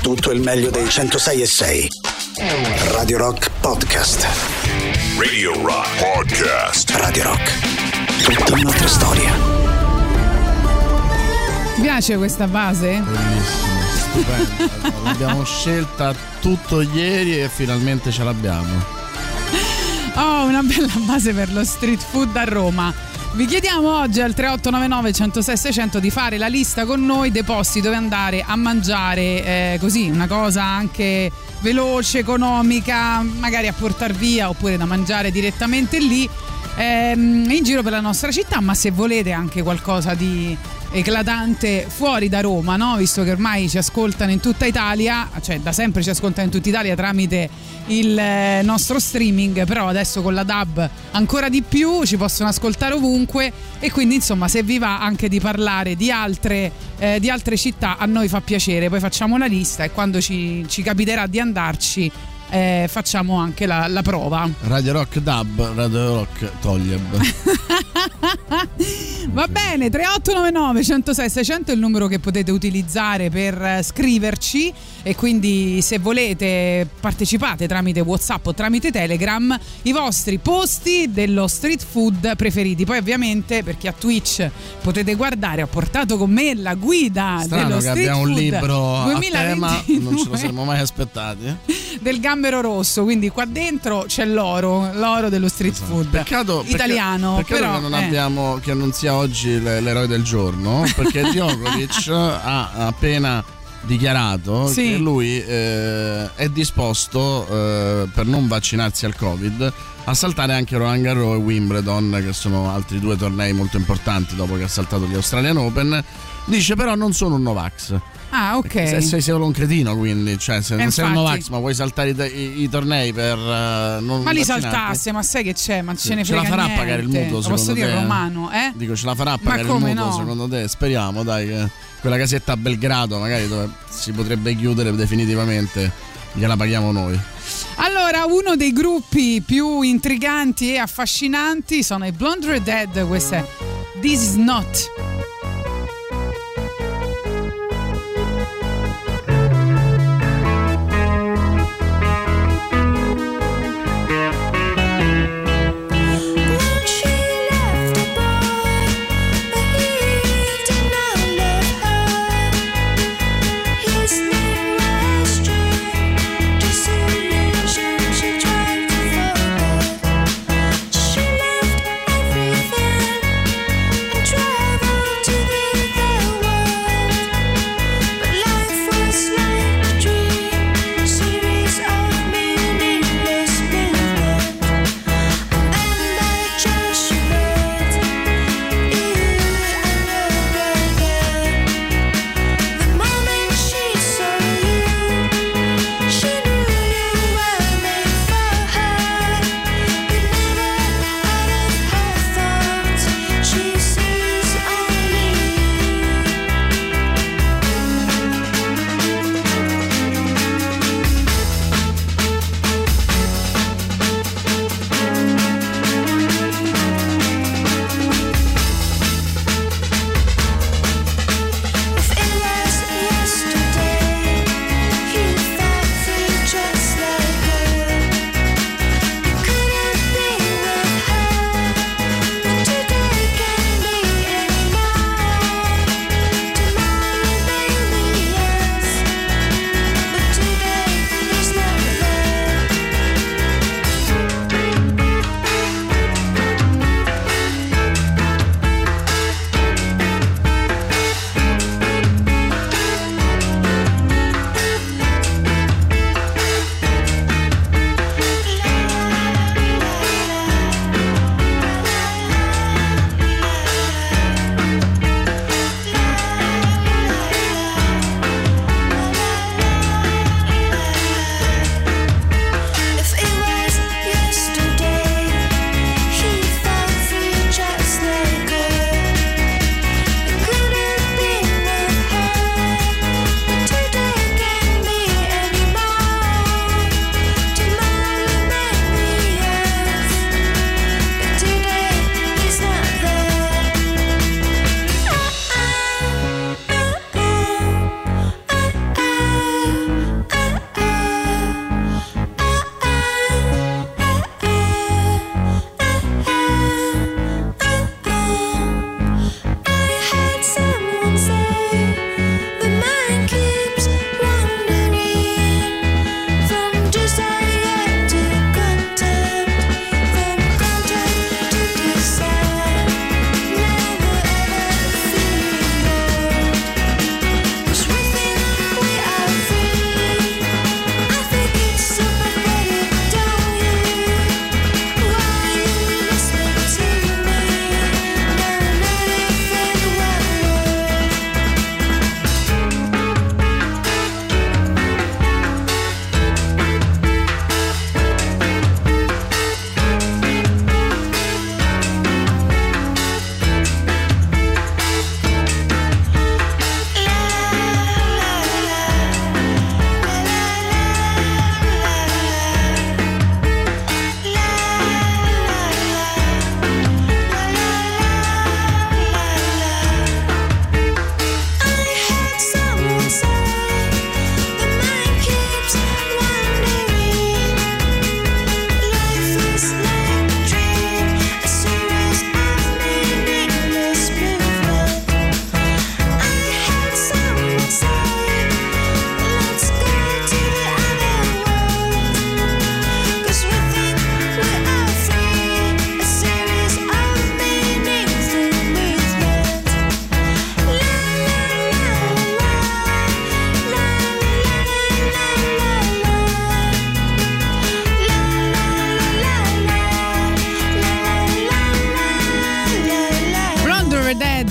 tutto il meglio dei 106.6. Radio Rock Podcast. Radio Rock Podcast. Radio Rock. Tutta un'altra storia. Ti piace questa base? Bellissima, stupenda. L'abbiamo scelta tutto ieri e finalmente ce l'abbiamo. Oh, una bella base per lo street food a Roma. Vi chiediamo oggi al 3899 106 600 di fare la lista con noi dei posti dove andare a mangiare, così, una cosa anche veloce, economica, magari a portar via oppure da mangiare direttamente lì in giro per la nostra città, ma se volete anche qualcosa di eclatante fuori da Roma, no? Visto che ormai ci ascoltano in tutta Italia, cioè da sempre ci ascoltano in tutta Italia tramite il nostro streaming, però adesso con la DAB ancora di più, ci possono ascoltare ovunque, e quindi insomma se vi va anche di parlare di altre città a noi fa piacere. Poi facciamo la lista e quando ci capiterà di andarci facciamo anche la prova. Radio Rock Dub, Radio Rock Toglieb. Va bene, 3899 106 600 è il numero che potete utilizzare per scriverci, e quindi se volete partecipate tramite WhatsApp o tramite Telegram i vostri posti dello street food preferiti. Poi ovviamente per chi ha Twitch potete guardare, ho portato con me la guida Strano dello che street abbiamo food un libro 2022, a tema, non ce lo saremmo mai aspettati. Del gambero rosso, quindi qua dentro c'è l'oro dello street food. Peccato italiano, peccato però, che non abbiamo, che non sia oggi l'eroe del giorno, perché Djokovic ha appena dichiarato che lui è disposto per non vaccinarsi al Covid a saltare anche Roland Garros e Wimbledon, che sono altri due tornei molto importanti dopo che ha saltato gli Australian Open. Dice però non sono un Novax. Ah, ok. Sei solo un cretino, quindi, cioè, se non sei un Novax ma vuoi saltare i tornei per non ma li vaccinarti, saltasse, ma sai che c'è? Ma ce ne ce frega la farà niente. a pagare il mutuo, secondo posso dire te? Romano, Dico, ce la farà a pagare il come mutuo, no? secondo te? Speriamo, dai, che quella casetta a Belgrado, magari dove si potrebbe chiudere definitivamente, gliela paghiamo noi. Allora, uno dei gruppi più intriganti e affascinanti sono i Blonde Redhead. Questa è This Is Not. Drive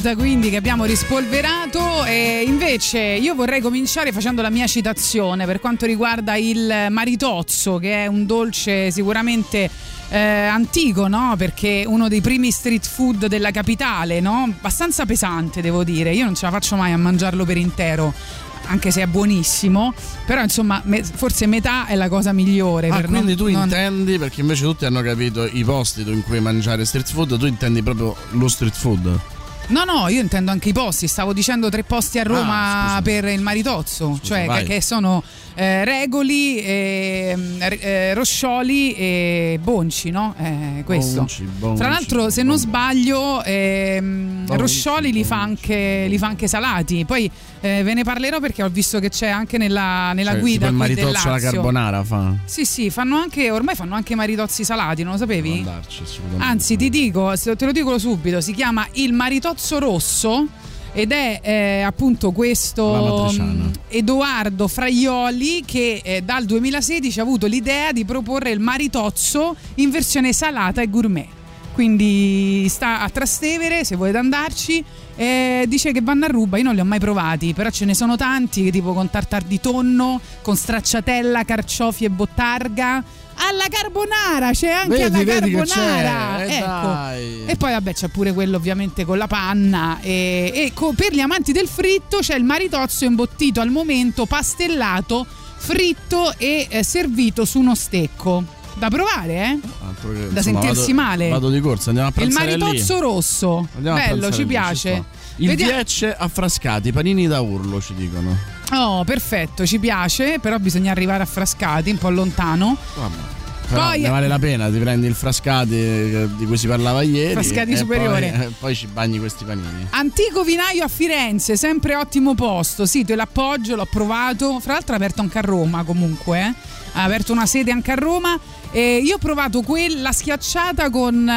Food, quindi, che abbiamo rispolverato. E invece io vorrei cominciare facendo la mia citazione per quanto riguarda il maritozzo, che è un dolce sicuramente antico, no? Perché uno dei primi street food della capitale, no? Abbastanza pesante, devo dire. Io non ce la faccio mai a mangiarlo per intero, anche se è buonissimo, però insomma forse metà è la cosa migliore. Quindi tu intendi, perché invece tutti hanno capito i posti in cui mangiare street food, tu intendi proprio lo street food? No, io intendo anche i posti. Stavo dicendo 3 posti a Roma per il maritozzo, cioè che sono Regoli, Roscioli e Bonci, no? Questo. Bonci. Tra l'altro, se non sbaglio, Roscioli li fa anche salati. Poi ve ne parlerò, perché ho visto che c'è anche nella guida. Il maritozzo alla carbonara fa. Sì, ormai fanno anche maritozzi salati, non lo sapevi? Andarci, anzi, te lo dico subito, si chiama il maritozzo rosso ed è appunto questo Edoardo Fraioli che dal 2016 ha avuto l'idea di proporre il maritozzo in versione salata e gourmet. Quindi sta a Trastevere, se volete andarci. Dice che vanno a ruba, io non li ho mai provati, però ce ne sono tanti, tipo con tartar di tonno, con stracciatella, carciofi e bottarga. Alla carbonara, c'è anche alla carbonara, ecco. Dai. E poi vabbè c'è pure quello ovviamente con la panna e per gli amanti del fritto c'è il maritozzo imbottito al momento, pastellato, fritto e servito su uno stecco. Da provare, da sentirsi male. Vado di corsa, andiamo a pranzare. Il maritozzo rosso, bello, ci piace. Il Viecce affrascati, panini da urlo, ci dicono. Oh, perfetto, ci piace, però bisogna arrivare a Frascati, un po' lontano. Poi ne vale la pena, ti prendi il Frascati di cui si parlava ieri. Frascati superiore. Poi ci bagni questi panini. Antico vinaio a Firenze, sempre ottimo posto. Sì, te l'appoggio, l'ho provato. Fra l'altro ha aperto anche a Roma comunque. Ha aperto una sede anche a Roma. Io ho provato quella schiacciata con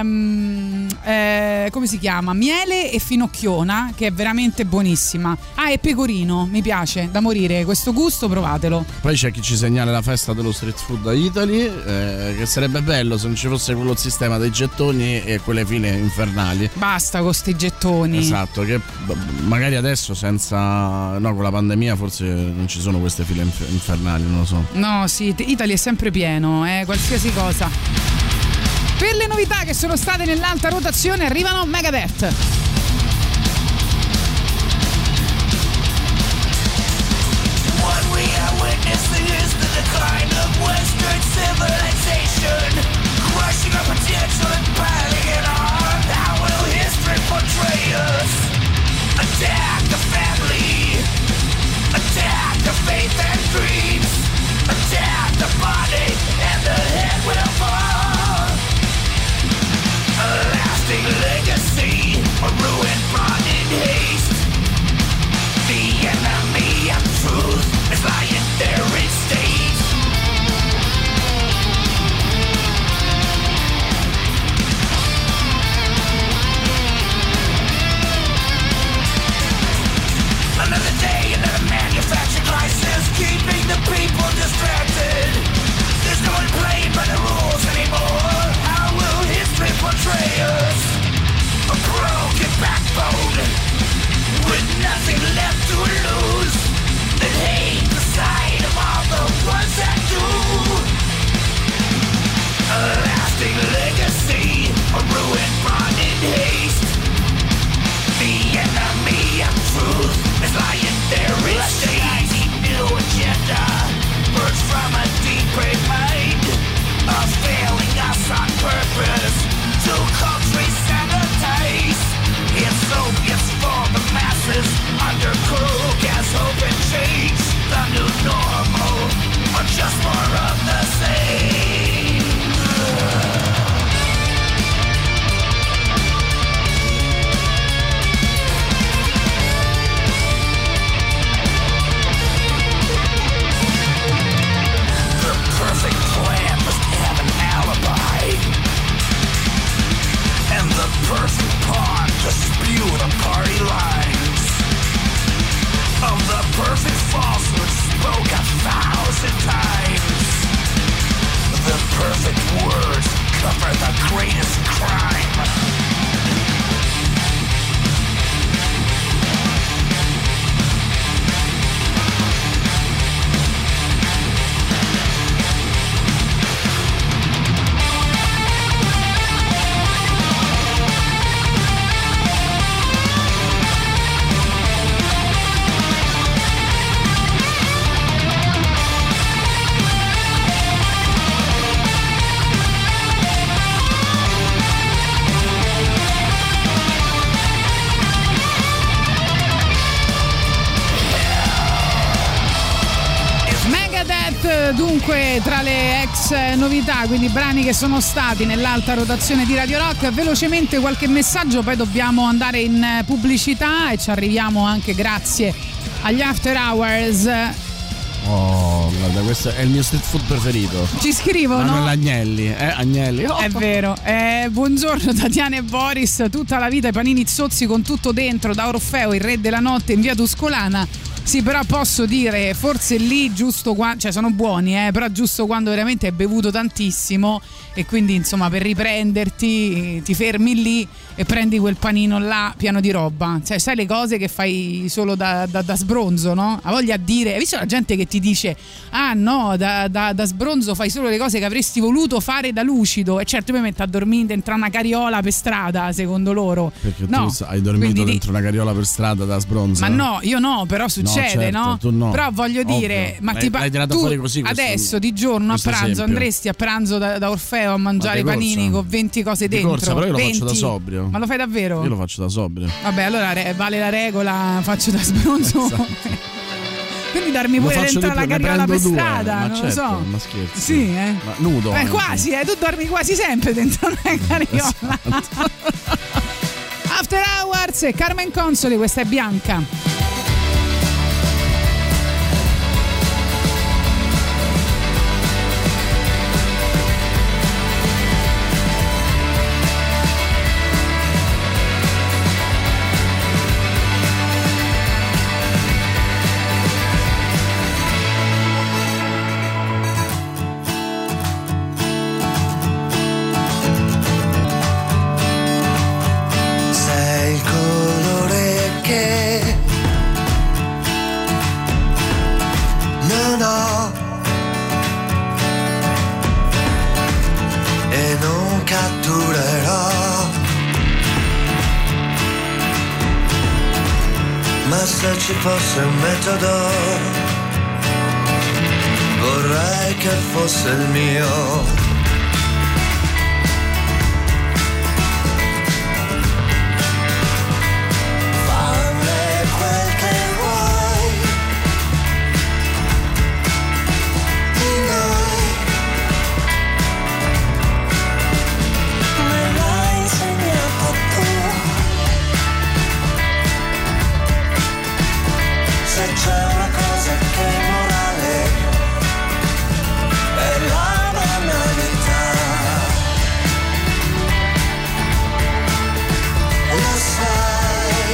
come si chiama? Miele e finocchiona, che è veramente buonissima. E pecorino, mi piace da morire, questo gusto, provatelo. Poi c'è chi ci segnala la festa dello street food a Italy, che sarebbe bello se non ci fosse quello sistema dei gettoni e quelle file infernali. Basta con sti gettoni. Esatto, che magari adesso con la pandemia forse non ci sono queste file infernali, non lo so. No, sì, Italy è sempre pieno, qualsiasi cosa. Per le novità che sono state nell'alta rotazione arrivano Megadeth. What we are witnessing is the decline of Western civilization, crushing our potential and piling it on. How will history portray us? Attack the family, attack the faith and dreams, attack the body and the head will fall. A lasting legacy, a ruin brought in haste. The enemy of truth is lying there in state. Another day, another manufactured crisis, keeping the Hit, dunque, tra le ex novità, quindi brani che sono stati nell'alta rotazione di Radio Rock. Velocemente qualche messaggio, poi dobbiamo andare in pubblicità e ci arriviamo anche grazie agli After Hours. Oh, guarda, questo è il mio street food preferito. Ci scrivono Manuel Agnelli, Agnelli. Oh. È vero. Buongiorno Tatiana e Boris, tutta la vita i panini zozzi con tutto dentro, da Orfeo, il re della notte in via Tuscolana. Sì, però posso dire, forse lì giusto quando, cioè sono buoni, però giusto quando veramente hai bevuto tantissimo e quindi insomma per riprenderti ti fermi lì e prendi quel panino là pieno di roba. Cioè sai le cose che fai solo da sbronzo, no? Ha voglia a dire, hai visto la gente che ti dice ah no, da sbronzo fai solo le cose che avresti voluto fare da lucido, e certo poi metti a dormire dentro una carriola per strada, secondo loro. Perché no, tu hai dormito dentro una carriola per strada da sbronzo? Ma no, io no, però succede, no? Certo, no? Però voglio dire, ma tu fuori così adesso di giorno a pranzo esempio. Andresti a pranzo da Orfeo a mangiare i panini con 20 cose dentro? Corsa, però io 20. lo faccio da sobrio. Ma lo fai davvero? Io lo faccio da sobrio. Vabbè, allora vale la regola, faccio da sbronzo. Esatto. Quindi darmi pure dentro la carriola per strada, ma non certo, lo so. Ma scherzi. Sì, Ma nudo. quasi, tu dormi quasi sempre dentro una carriola. Esatto. After Hours e Carmen Consoli, questa è Bianca. Se ci fosse un metodo, vorrei che fosse il mio. Falle quel che vuoi di noi, me l'hai insegnato tu. Se c'è una cosa che è morale è la banalità. Lo sai,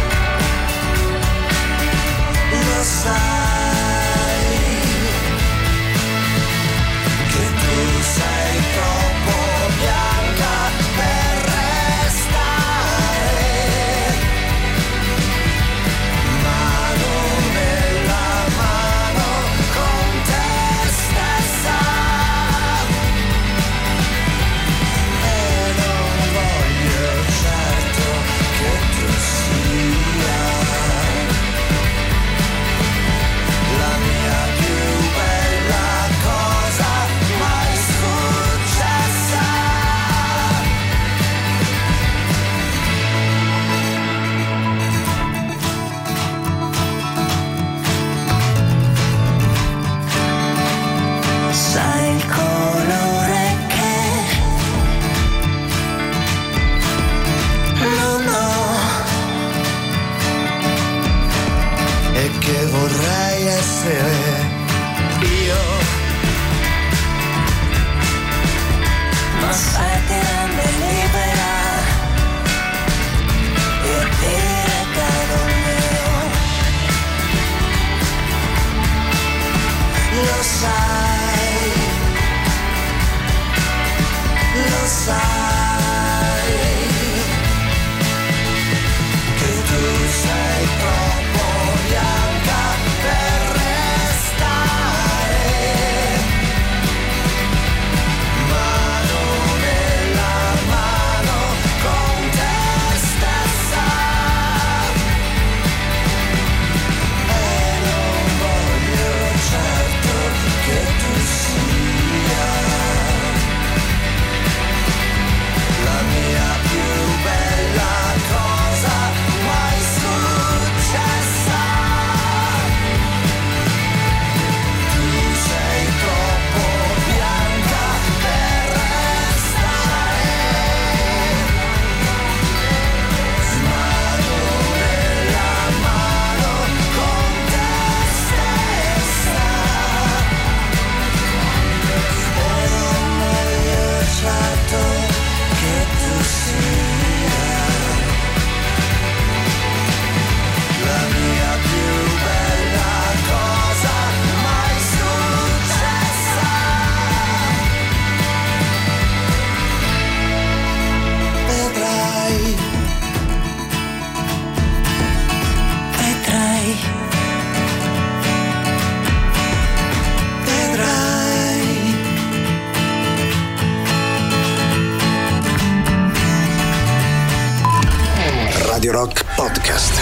che tu sei troppo bianca per restare. Vorrei essere io, ma sai che rende libera e dire che non mio. Lo sai, che tu sei troppo bianca per restare. Mano nella mano con te stessa, e non voglio certo che tu sia Radio Rock Podcast.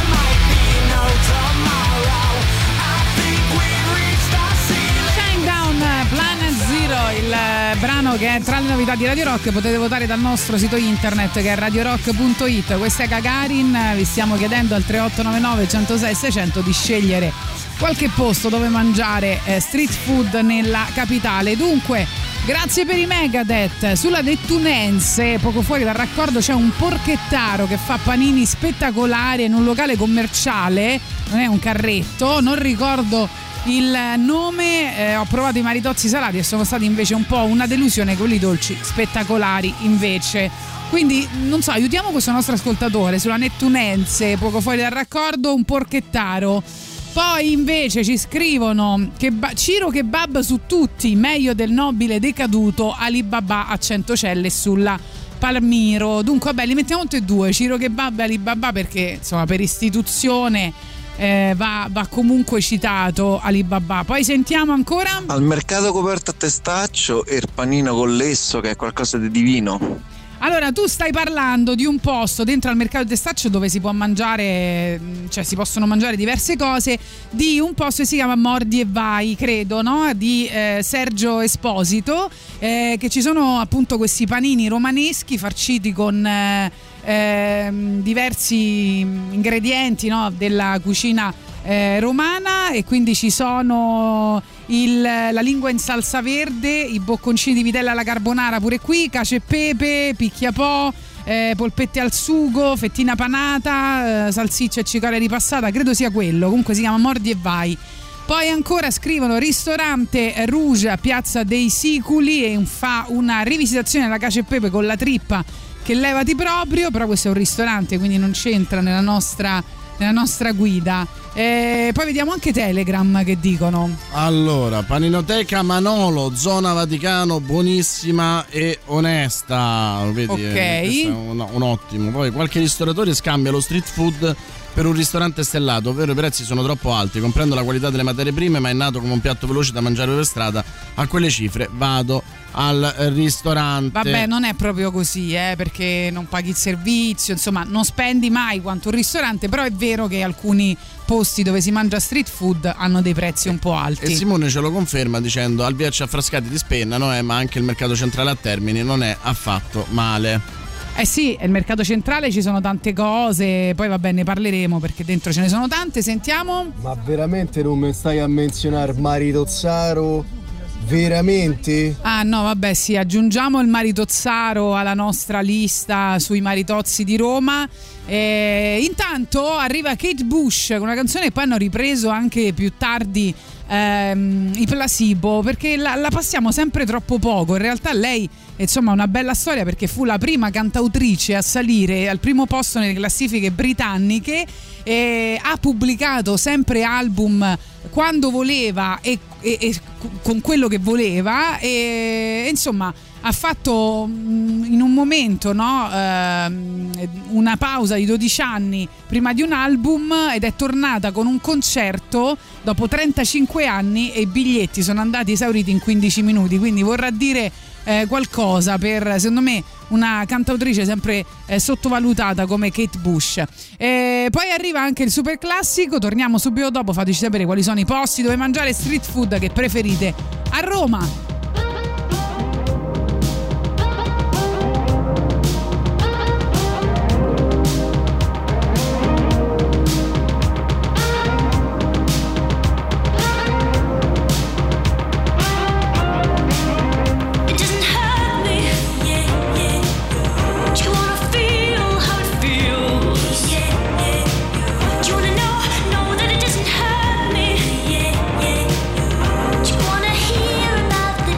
Planet Zero, il brano che è tra le novità di Radio Rock. Potete votare dal nostro sito internet che è radiorock.it. Questa è Gagarin. Vi stiamo chiedendo al 3899 106 600 di scegliere qualche posto dove mangiare street food nella capitale. Dunque, grazie per i Megadeth. Sulla Nettunense, poco fuori dal raccordo, c'è un porchettaro che fa panini spettacolari in un locale commerciale, non è un carretto, non ricordo il nome. Ho provato i maritozzi salati e sono stati invece un po' una delusione, quelli dolci spettacolari invece. Quindi non so, aiutiamo questo nostro ascoltatore sulla Nettunense, poco fuori dal raccordo, un porchettaro. Poi invece ci scrivono Ciro Kebab su tutti, meglio del nobile decaduto Alibaba a Centocelle sulla Palmiro. Dunque vabbè, li mettiamo tutti e due, Ciro Kebab e Alibaba, perché insomma per istituzione va comunque citato Alibaba. Poi sentiamo ancora. Al mercato coperto a testaccio e il panino con lesso, che è qualcosa di divino. Allora, tu stai parlando di un posto dentro al mercato testaccio dove si può mangiare, cioè si possono mangiare diverse cose, di un posto che si chiama Mordi e Vai, credo, no? Di Sergio Esposito, che ci sono appunto questi panini romaneschi farciti con diversi ingredienti, no? Della cucina romana, e quindi ci sono la lingua in salsa verde, i bocconcini di vitella alla carbonara pure qui, cacio e pepe, picchiapò, polpette al sugo, fettina panata, salsiccia e cicoria ripassata, credo sia quello. Comunque si chiama Mordi e Vai. Poi ancora scrivono ristorante Rouge a Piazza dei Siculi e fa una rivisitazione della cacio e pepe con la trippa che levati proprio, però questo è un ristorante quindi non c'entra nella nostra guida. Poi vediamo anche Telegram che dicono. Allora, Paninoteca Manolo, zona Vaticano, buonissima e onesta. Vedi, ok, questo è un ottimo. Poi qualche ristoratore scambia lo street food per un ristorante stellato, ovvero i prezzi sono troppo alti, comprendo la qualità delle materie prime, ma è nato come un piatto veloce da mangiare per strada. A quelle cifre vado al ristorante. Vabbè, non è proprio così, perché non paghi il servizio, insomma non spendi mai quanto un ristorante, però è vero che alcuni posti dove si mangia street food hanno dei prezzi un po' alti. E Simone ce lo conferma dicendo al Viacci Affrascati di Spenna, ma anche il mercato centrale a Termini non è affatto male. Eh sì, il mercato centrale ci sono tante cose, poi vabbè ne parleremo perché dentro ce ne sono tante. Sentiamo. Ma veramente non mi stai a menzionare Maritozzaro? Veramente? Ah no, vabbè sì, aggiungiamo il Maritozzaro alla nostra lista sui maritozzi di Roma. Intanto arriva Kate Bush con una canzone che poi hanno ripreso anche più tardi i Placebo, perché la passiamo sempre troppo poco. In realtà lei insomma ha una bella storia, perché fu la prima cantautrice a salire al primo posto nelle classifiche britanniche, ha pubblicato sempre album quando voleva e con quello che voleva, e insomma ha fatto in un momento una pausa di 12 anni prima di un album, ed è tornata con un concerto dopo 35 anni e i biglietti sono andati esauriti in 15 minuti, quindi vorrà dire qualcosa per, secondo me, una cantautrice sempre sottovalutata come Kate Bush. Poi arriva anche il super classico, torniamo subito dopo, fateci sapere quali sono i posti dove mangiare street food che preferite a Roma. Know that it doesn't hurt me. You wanna hear about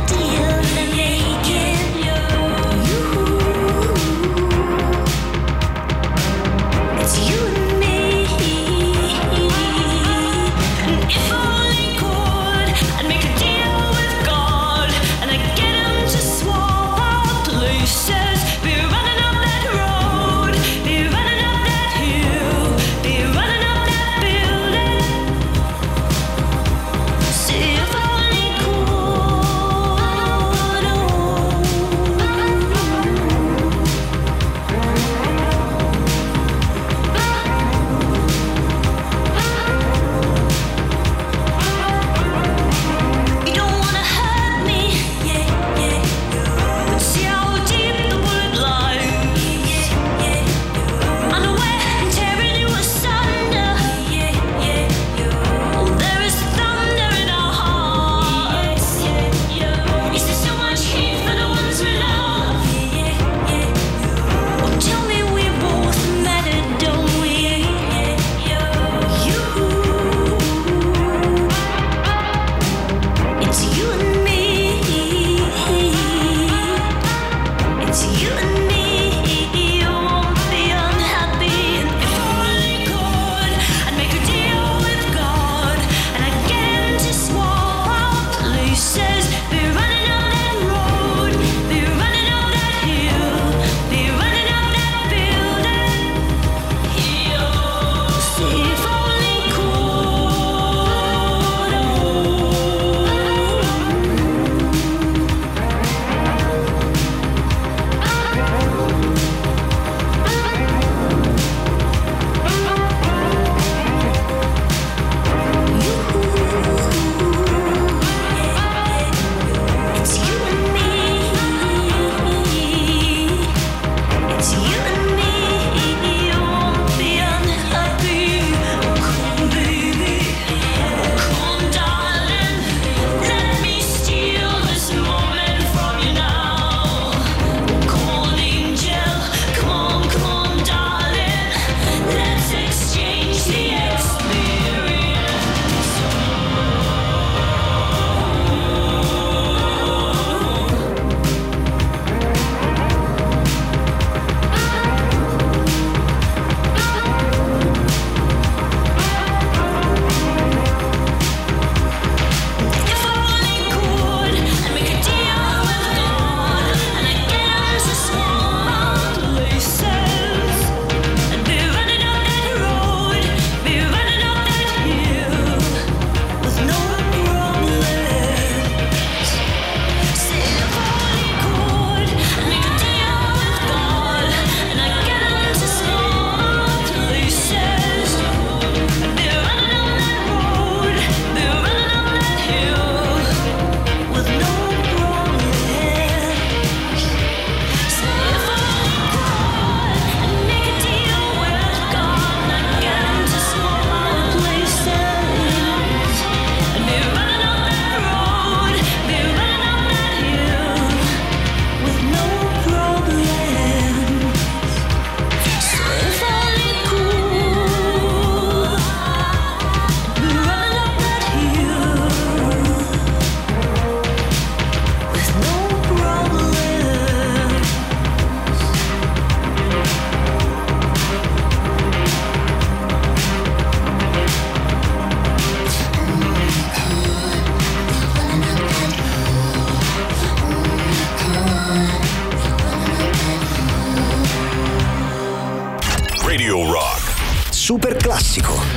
super classico.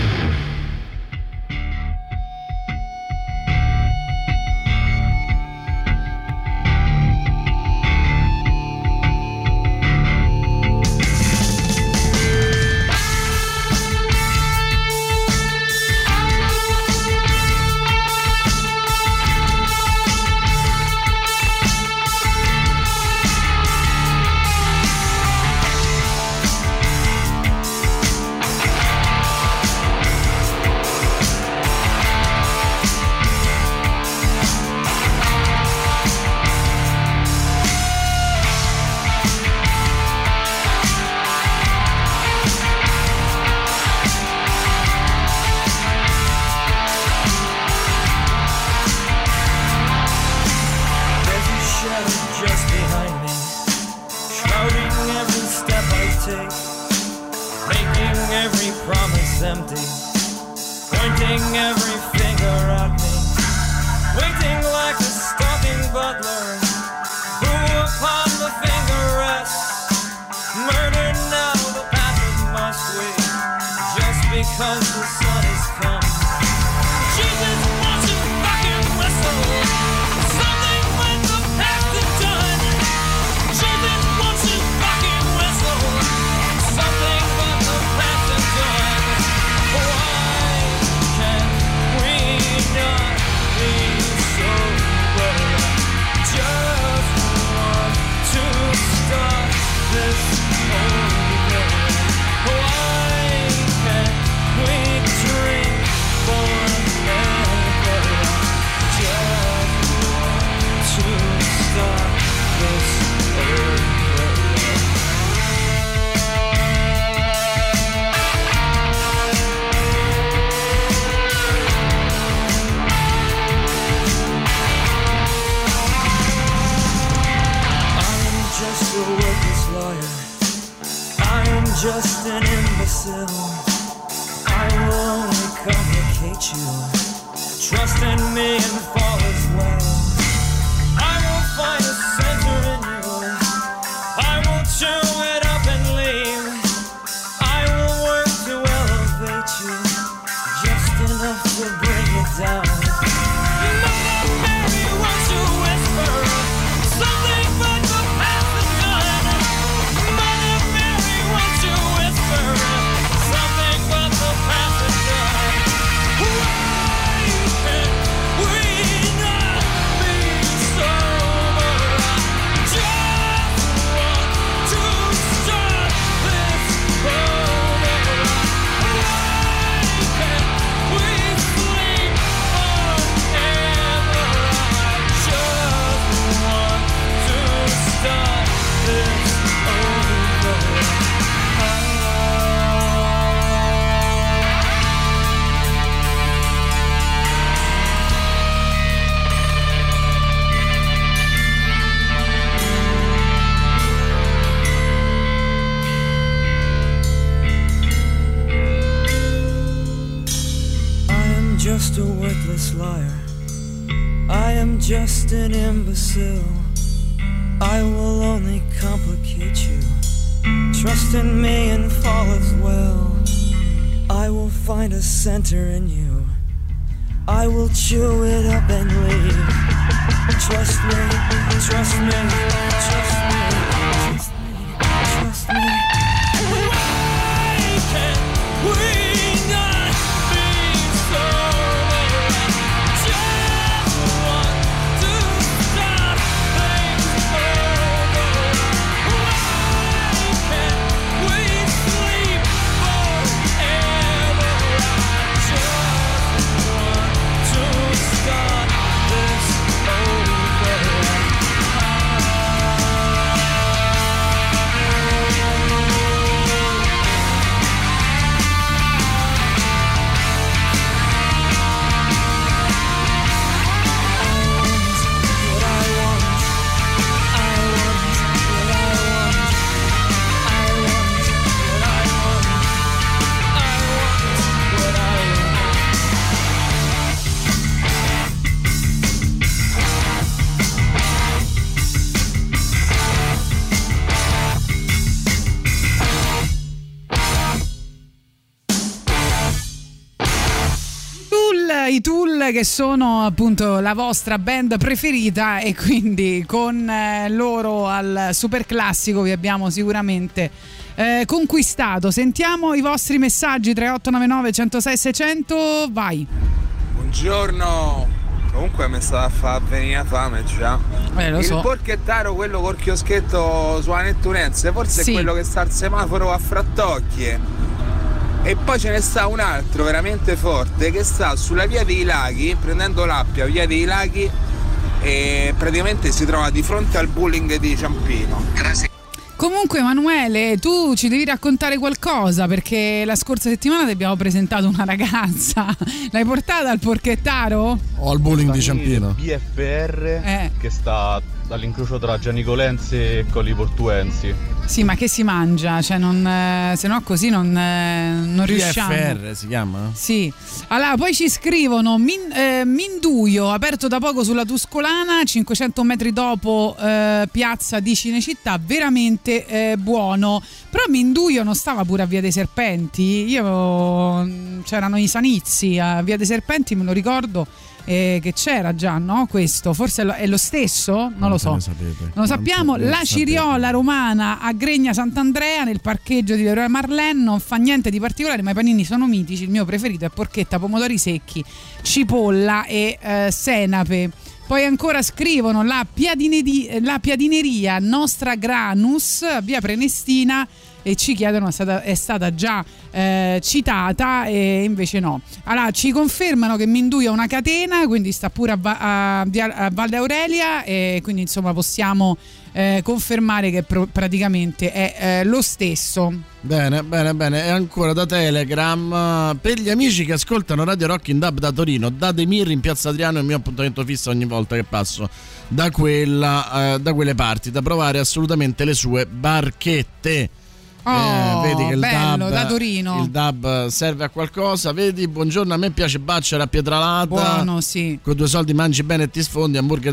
Just a worthless liar. I am just an imbecile. I will only complicate you. Trust in me and fall as well. I will find a center in you. I will chew it up and leave. Trust me, trust me, trust me, trust me, trust me. Why can't we not be so? che sono appunto la vostra band preferita, e quindi con loro al super classico vi abbiamo sicuramente conquistato. Sentiamo i vostri messaggi 3899 106 600, vai. Buongiorno. Comunque mi sta a far venire fame già. Lo so. Il porchettaro, quello col chioschetto sulla Nettunense, forse sì, è quello che sta al semaforo a Frattocchie. E poi ce ne sta un altro veramente forte che sta sulla via dei Laghi, prendendo l'Appia, via dei Laghi, e praticamente si trova di fronte al bowling di Ciampino. Comunque Emanuele, tu ci devi raccontare qualcosa, perché la scorsa settimana ti abbiamo presentato una ragazza. L'hai portata al porchettaro? O al bowling di Ciampino? BFR che sta all'incrocio tra Gianicolense e Colli Portuensi. Sì, ma che si mangia? Cioè se no così non riusciamo. BFR si chiama? Sì. Allora, poi ci scrivono Minduio, aperto da poco sulla Tuscolana, 500 metri dopo piazza di Cinecittà, veramente buono. Però Minduio non stava pure a Via dei Serpenti? C'erano i Sanizzi a Via dei Serpenti, me lo ricordo. Che c'era già, no? Questo forse è lo stesso? Non lo so. Non lo sappiamo. La Ciriola romana a Gregna Sant'Andrea, nel parcheggio di Leroy Marlène, non fa niente di particolare, ma i panini sono mitici. Il mio preferito è porchetta, pomodori secchi, cipolla e senape. Poi ancora scrivono la piadineria Nostra Granus, via Prenestina, e ci chiedono è stata già citata, e invece no. Allora ci confermano che Minduio è una catena, quindi sta pure a Valle Aurelia, e quindi insomma possiamo confermare che praticamente è lo stesso. Bene. E ancora da Telegram, per gli amici che ascoltano Radio Rock in DAB da Torino, da Demir in Piazza Adriano è il mio appuntamento fisso ogni volta che passo da quelle parti, da provare assolutamente le sue barchette. Vedi che il bello, DAB, da Torino. Il DAB serve a qualcosa, vedi? Buongiorno, a me piace Bacciara a Pietralata. Buono, sì. Con 2 soldi mangi bene e ti sfondi, hamburger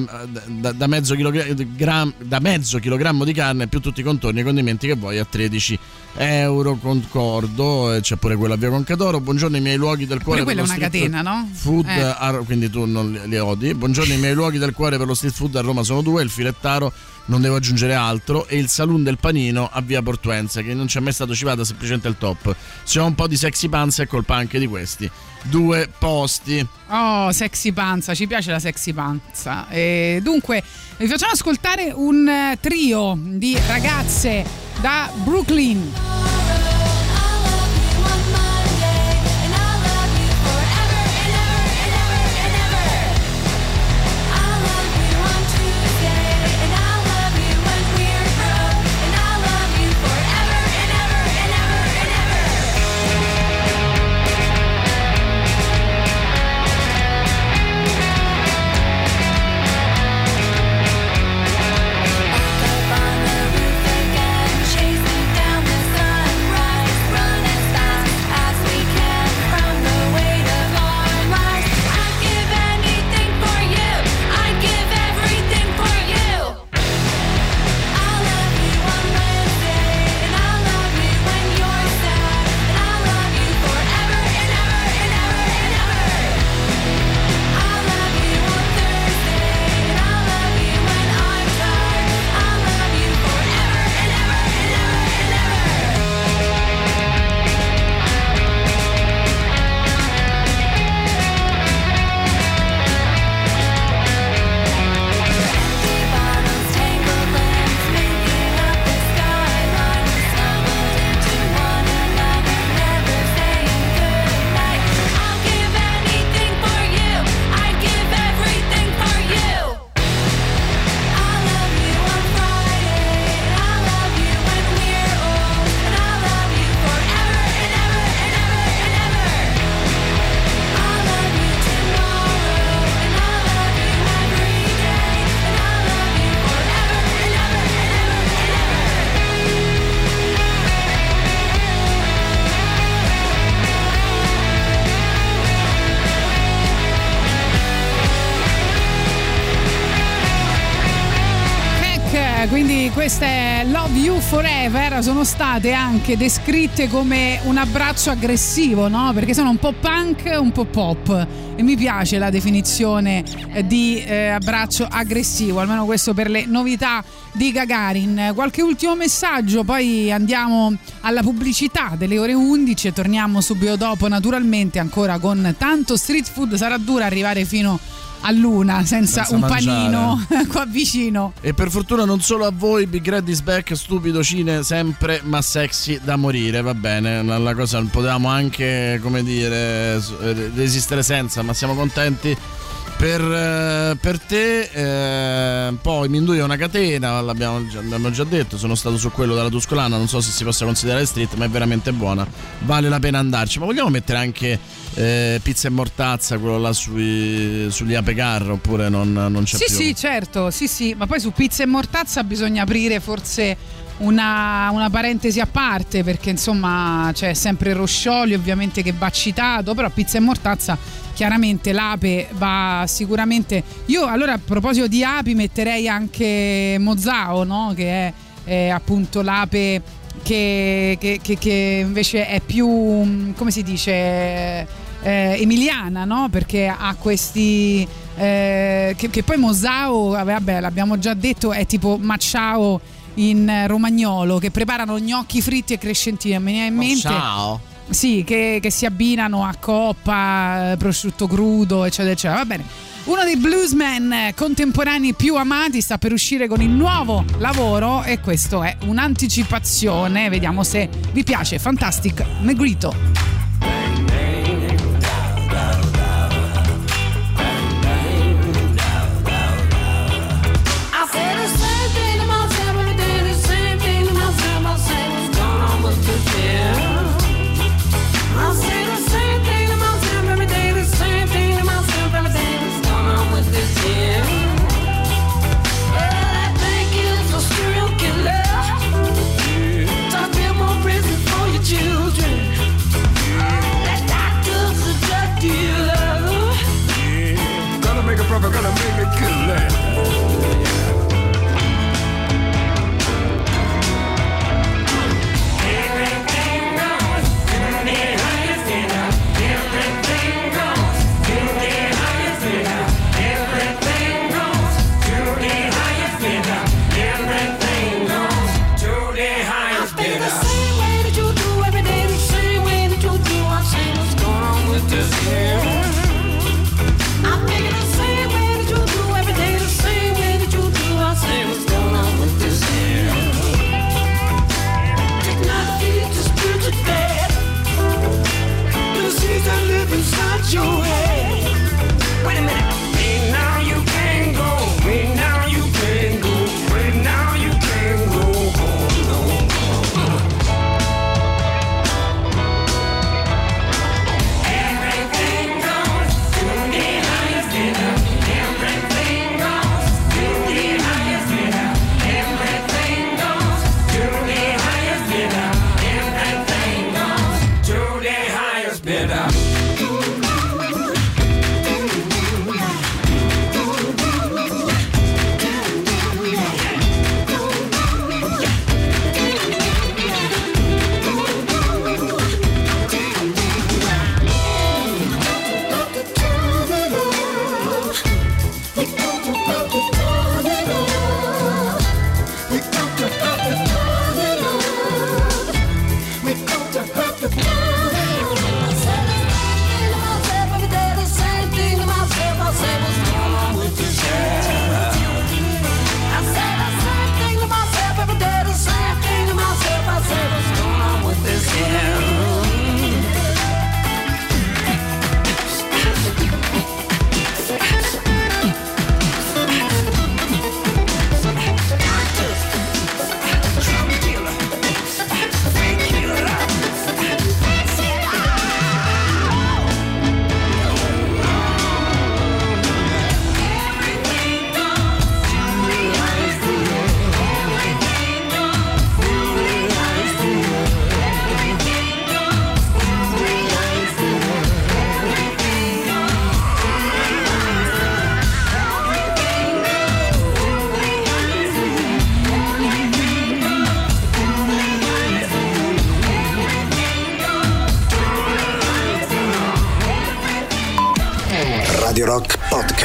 da mezzo chilogrammo di carne più tutti i contorni e condimenti che vuoi a 13 euro, concordo. C'è pure quello a Via Concadoro. Buongiorno, i miei luoghi del cuore. Pure quella è una catena, no? Food, quindi tu non li odi. Buongiorno, i miei luoghi del cuore per lo street food a Roma sono 2, il Filettaro, non devo aggiungere altro, e il Saloon del Panino a Via Portuense, che non c'è mai stato citato, semplicemente il top. Se ho un po' di sexy panza è colpa anche di questi 2 posti. Oh, sexy panza, ci piace la sexy panza. Dunque vi facciamo ascoltare un trio di ragazze da Brooklyn. Chasing down the sun. Quindi queste Love You Forever sono state anche descritte come un abbraccio aggressivo, no? Perché sono un po' punk, un po' pop, e mi piace la definizione di abbraccio aggressivo, almeno questo per le novità di Gagarin. Qualche ultimo messaggio, poi andiamo alla pubblicità delle ore 11 e torniamo subito dopo, naturalmente ancora con tanto street food. Sarà dura arrivare fino all'una senza un panino qua vicino. E per fortuna non solo a voi. Big Red is back, stupido cine sempre ma sexy da morire, va bene, la cosa potevamo anche, come dire, resistere senza, ma siamo contenti per te. Poi Mindui è una catena, l'abbiamo già detto, sono stato su quello della Tuscolana, non so se si possa considerare street, ma è veramente buona, vale la pena andarci. Ma vogliamo mettere anche pizza e mortazza, quello là sugli Apecar, oppure non c'è più? Sì, certo, sì, ma poi su pizza e mortazza bisogna aprire forse una parentesi a parte, perché insomma c'è sempre Roscioli ovviamente che va citato, però pizza e mortazza chiaramente l'ape va sicuramente. Io allora, a proposito di api, metterei anche Mozao, no? Che è appunto l'ape che invece è più, come si dice, emiliana, no? Perché ha questi che poi Mozao, vabbè, l'abbiamo già detto, è tipo Macciao in romagnolo, che preparano gnocchi fritti e crescentini. Mi viene in mente Ciao. Sì, che si abbinano a coppa, prosciutto crudo, eccetera, eccetera. Va bene. Uno dei bluesmen contemporanei più amati sta per uscire con il nuovo lavoro, e questo è un'anticipazione. Vediamo se vi piace. Fantastic Negrito. Gonna make it killer. I'm thinking the same way that you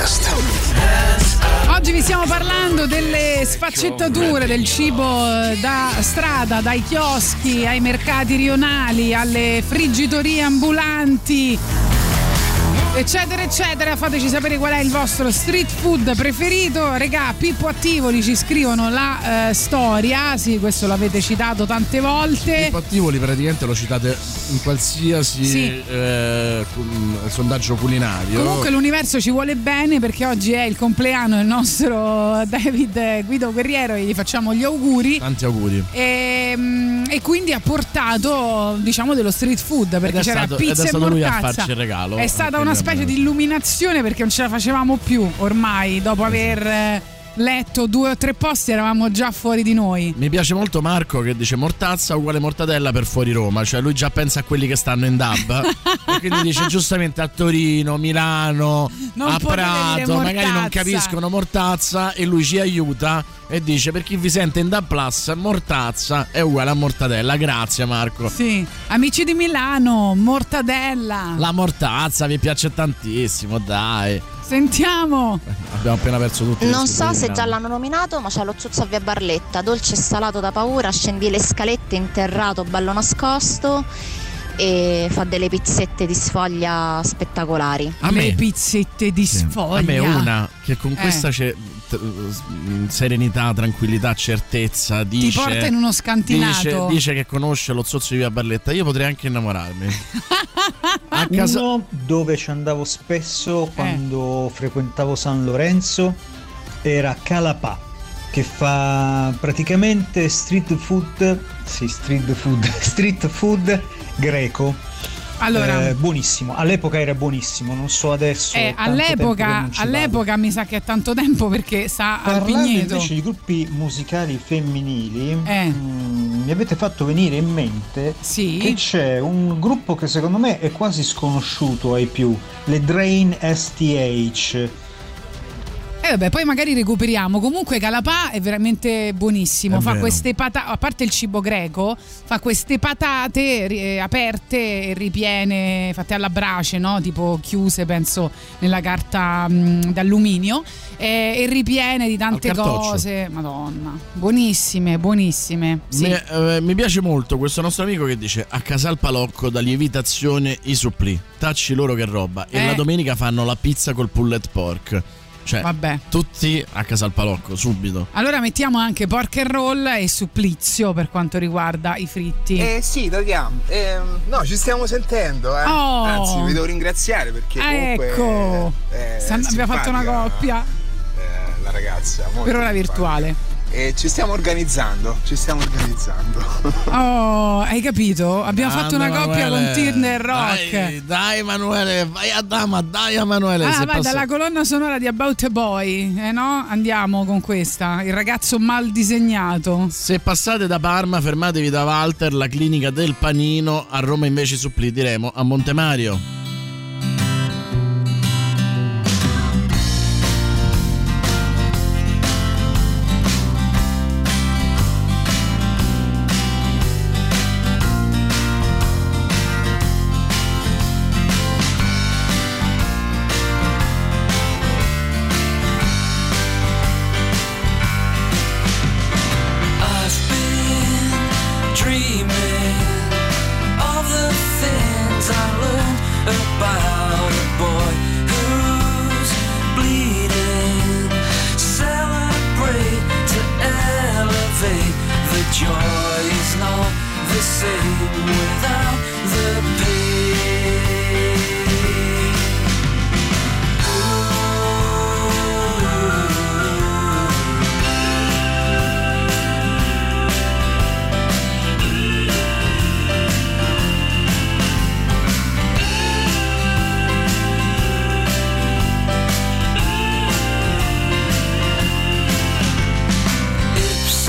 Podcast. Oggi vi stiamo parlando delle sfaccettature del cibo da strada, dai chioschi ai mercati rionali, alle friggitorie ambulanti, eccetera eccetera. Fateci sapere qual è il vostro street food preferito. Regà, Pippo Attivoli ci scrivono la storia, sì, questo l'avete citato tante volte. Pippo Attivoli praticamente lo citate in qualsiasi sondaggio culinario. Comunque l'universo ci vuole bene, perché oggi è il compleanno del nostro David Guido Guerriero e gli facciamo gli auguri. Tanti auguri. E quindi ha portato, diciamo, dello street food, perché c'era pizza e mortazza. Lui a farci il regalo. È stata una specie di illuminazione, perché non ce la facevamo più ormai, dopo aver letto 2 o 3 posti eravamo già fuori di noi. Mi piace molto Marco che dice mortazza uguale mortadella per fuori Roma, cioè lui già pensa a quelli che stanno in DAB e quindi dice giustamente a Torino, Milano, non a Prato magari non capiscono mortazza, e lui ci aiuta e dice per chi vi sente in DAB Plus mortazza è uguale a mortadella. Grazie Marco. Sì, amici di Milano, mortadella, la mortazza vi piace tantissimo, dai. Sentiamo. Abbiamo appena perso tutti. Non so se già l'hanno nominato, ma c'è lo Zuzzo a via Barletta, dolce e salato da paura, scendi le scalette interrato, ballo nascosto, e fa delle pizzette di sfoglia spettacolari. A me le pizzette di sfoglia. A me una che con questa c'è serenità, tranquillità, certezza, dice, ti porta in uno scantinato. Dice che conosce lo Zozzo di via Barletta. Io potrei anche innamorarmi. A casa... Uno dove ci andavo spesso quando frequentavo San Lorenzo era Calapà, che fa praticamente street food greco. Allora, buonissimo, all'epoca era buonissimo, non so adesso. All'epoca mi sa che è tanto tempo, perché sta al Pigneto. Parlando invece di gruppi musicali femminili, mi avete fatto venire in mente che c'è un gruppo che secondo me è quasi sconosciuto ai più, le Drain STH. Vabbè, poi magari recuperiamo. Comunque Calapà è veramente buonissimo. Fa queste patate, a parte il cibo greco, fa queste patate aperte e ripiene, fatte alla brace, no? Tipo chiuse, penso, nella carta d'alluminio, e ripiene di tante cose. Madonna, buonissime. Sì. Mi piace molto questo nostro amico che dice: a Casal Palocco da lievitazione i supplì, tacci loro che roba. E la domenica fanno la pizza col pulled pork. Cioè, vabbè, tutti a Casal Palocco subito. Allora mettiamo anche pork and roll e supplizio per quanto riguarda i fritti. Sì, togliamo. No, ci stiamo sentendo. Anzi, vi devo ringraziare perché comunque ecco, abbiamo fatto una coppia. La ragazza per ora virtuale. E ci stiamo organizzando. Oh, hai capito? Abbiamo fatto una coppia con Turner Rock. Dai Emanuele, vai a dama, dai Emanuele. Vai dalla colonna sonora di About a Boy, no? Andiamo con questa, il ragazzo mal disegnato. Se passate da Parma fermatevi da Walter, la clinica del panino. A Roma invece suppliremo a Montemario.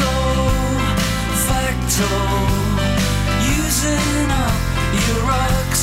Using up your rock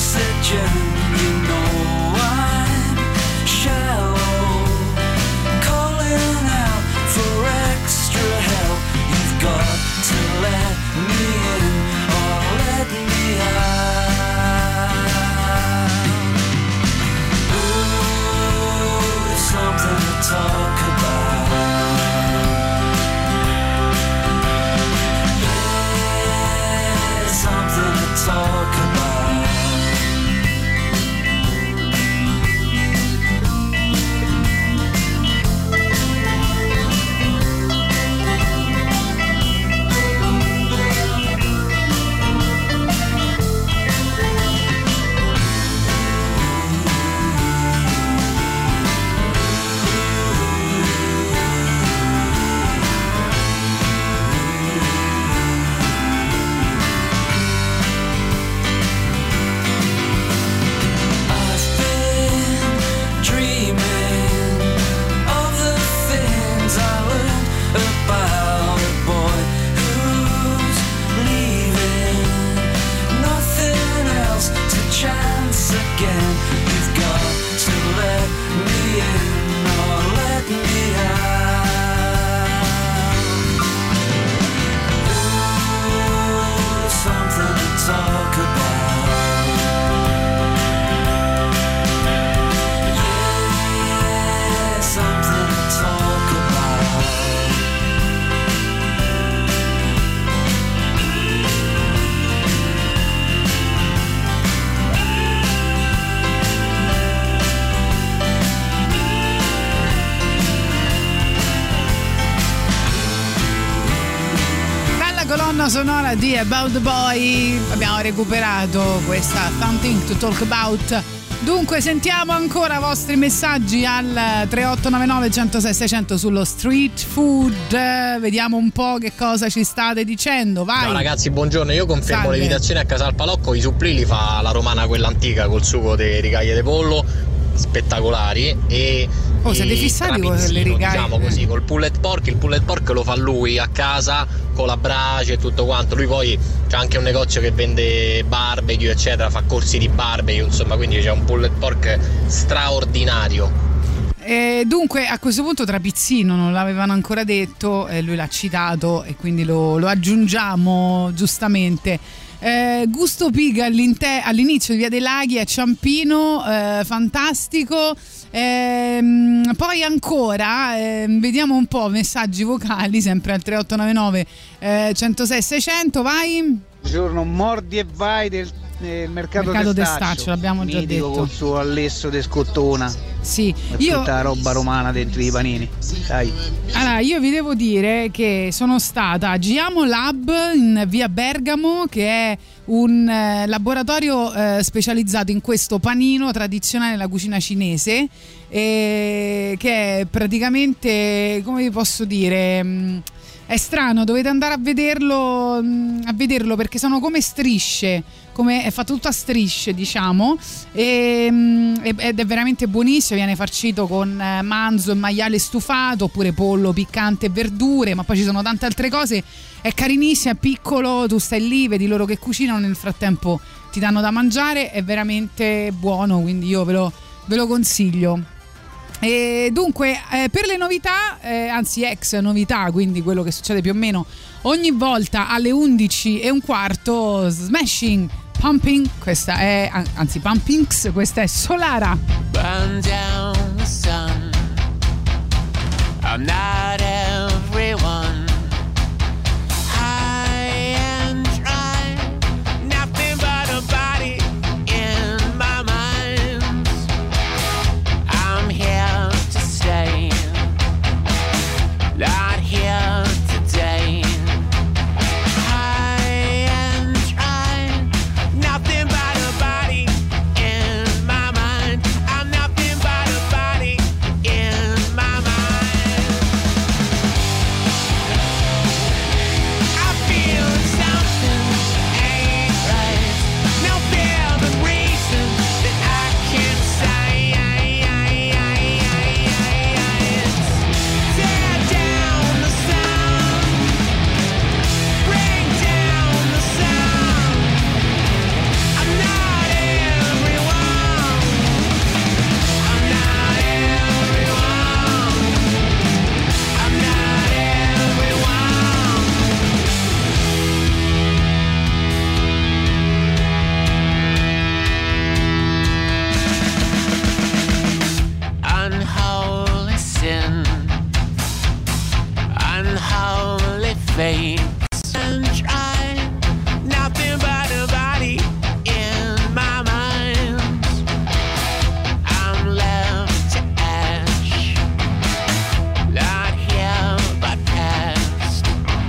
colonna sonora di About the Boy. Abbiamo recuperato questa Something to Talk About. Dunque sentiamo ancora i vostri messaggi al 3899 106 600 sullo street food. Vediamo un po' che cosa ci state dicendo. Vai. Ciao ragazzi, buongiorno. Io confermo Salve. l'evitazione a Casal Palocco. I supplì li fa la romana, quella antica, col sugo di rigaglie di pollo, spettacolari. E siete fissati con le rigaglie? Diciamo così, col pulled pork. Il pulled pork lo fa lui a casa con la brace e tutto quanto. Lui poi c'ha anche un negozio che vende barbecue eccetera, fa corsi di barbecue, insomma, quindi c'è un pulled pork straordinario. Dunque a questo punto Trapizzino non l'avevano ancora detto, lui l'ha citato e quindi lo aggiungiamo giustamente. Gusto Pig all'inizio di Via dei Laghi a Ciampino, fantastico. Poi ancora vediamo un po' messaggi vocali sempre al 3899 106 600. Vai. Buongiorno, mordi e vai del mercato d'Estaccio, l'abbiamo già detto, col suo allesso de scottona. Sì, io tutta la roba romana dentro i panini. Dai. Allora, io vi devo dire che sono stata a Giamo Lab in via Bergamo, che è un laboratorio specializzato in questo panino tradizionale della cucina cinese, che è praticamente, come vi posso dire, è strano, dovete andare a vederlo perché sono come strisce, è fatto tutto a strisce, diciamo, ed è veramente buonissimo. Viene farcito con manzo e maiale stufato, oppure pollo piccante e verdure, ma poi ci sono tante altre cose. È carinissimo, è piccolo, tu stai lì, vedi loro che cucinano, nel frattempo ti danno da mangiare, è veramente buono, quindi io ve lo consiglio. E dunque per le novità, anzi ex novità, quindi quello che succede più o meno ogni volta alle 11:15, Smashing Pumping, questa è Pumpings, questa è Solara. Burn down the sun. I'm not everyone. I am trying, nothing but a body in my mind. I'm here to stay, not here today. I am trying, nothing but a body in my mind. I'm nothing but a body in my mind. I feel something ain't right. No valid reason that I can say. Tear down the sound, bring down the sound. I'm not everyone. I'm not everyone. I'm not everyone. Unholy sin, unholy fate. And try, nothing but a body in my mind. I'm left to ash, not here but past.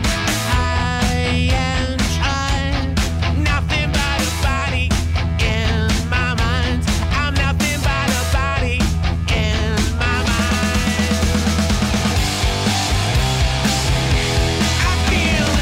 I am trying, nothing but a body in my mind. I'm nothing but a body in my mind. I feel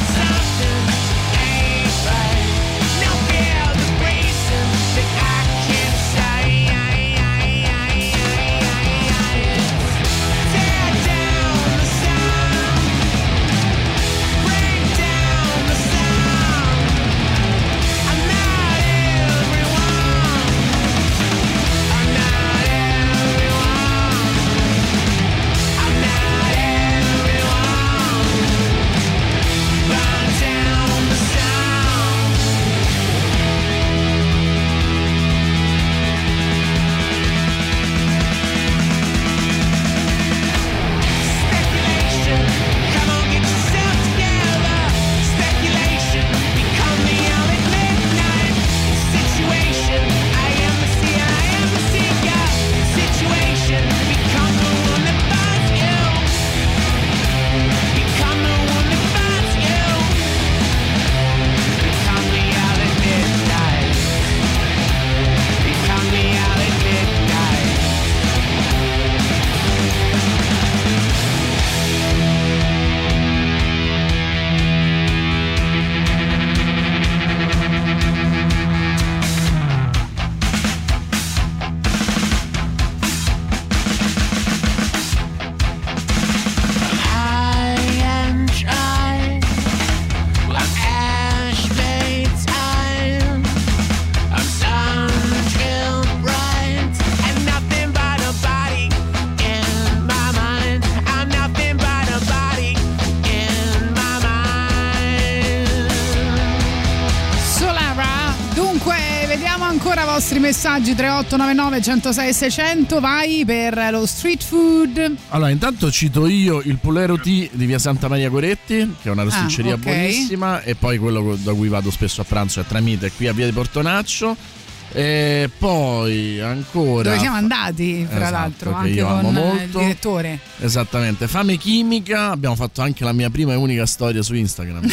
ancora vostri messaggi 3899 106 600. Vai per lo street food. Allora, intanto cito io il Pulero Tea di via Santa Maria Coretti, che è una rosticceria buonissima, e poi quello da cui vado spesso a pranzo è Tramite, qui a via di Portonaccio. E poi ancora dove siamo andati, fra l'altro, anche con il direttore. Esattamente, Fame Chimica. Abbiamo fatto anche la mia prima e unica storia su Instagram.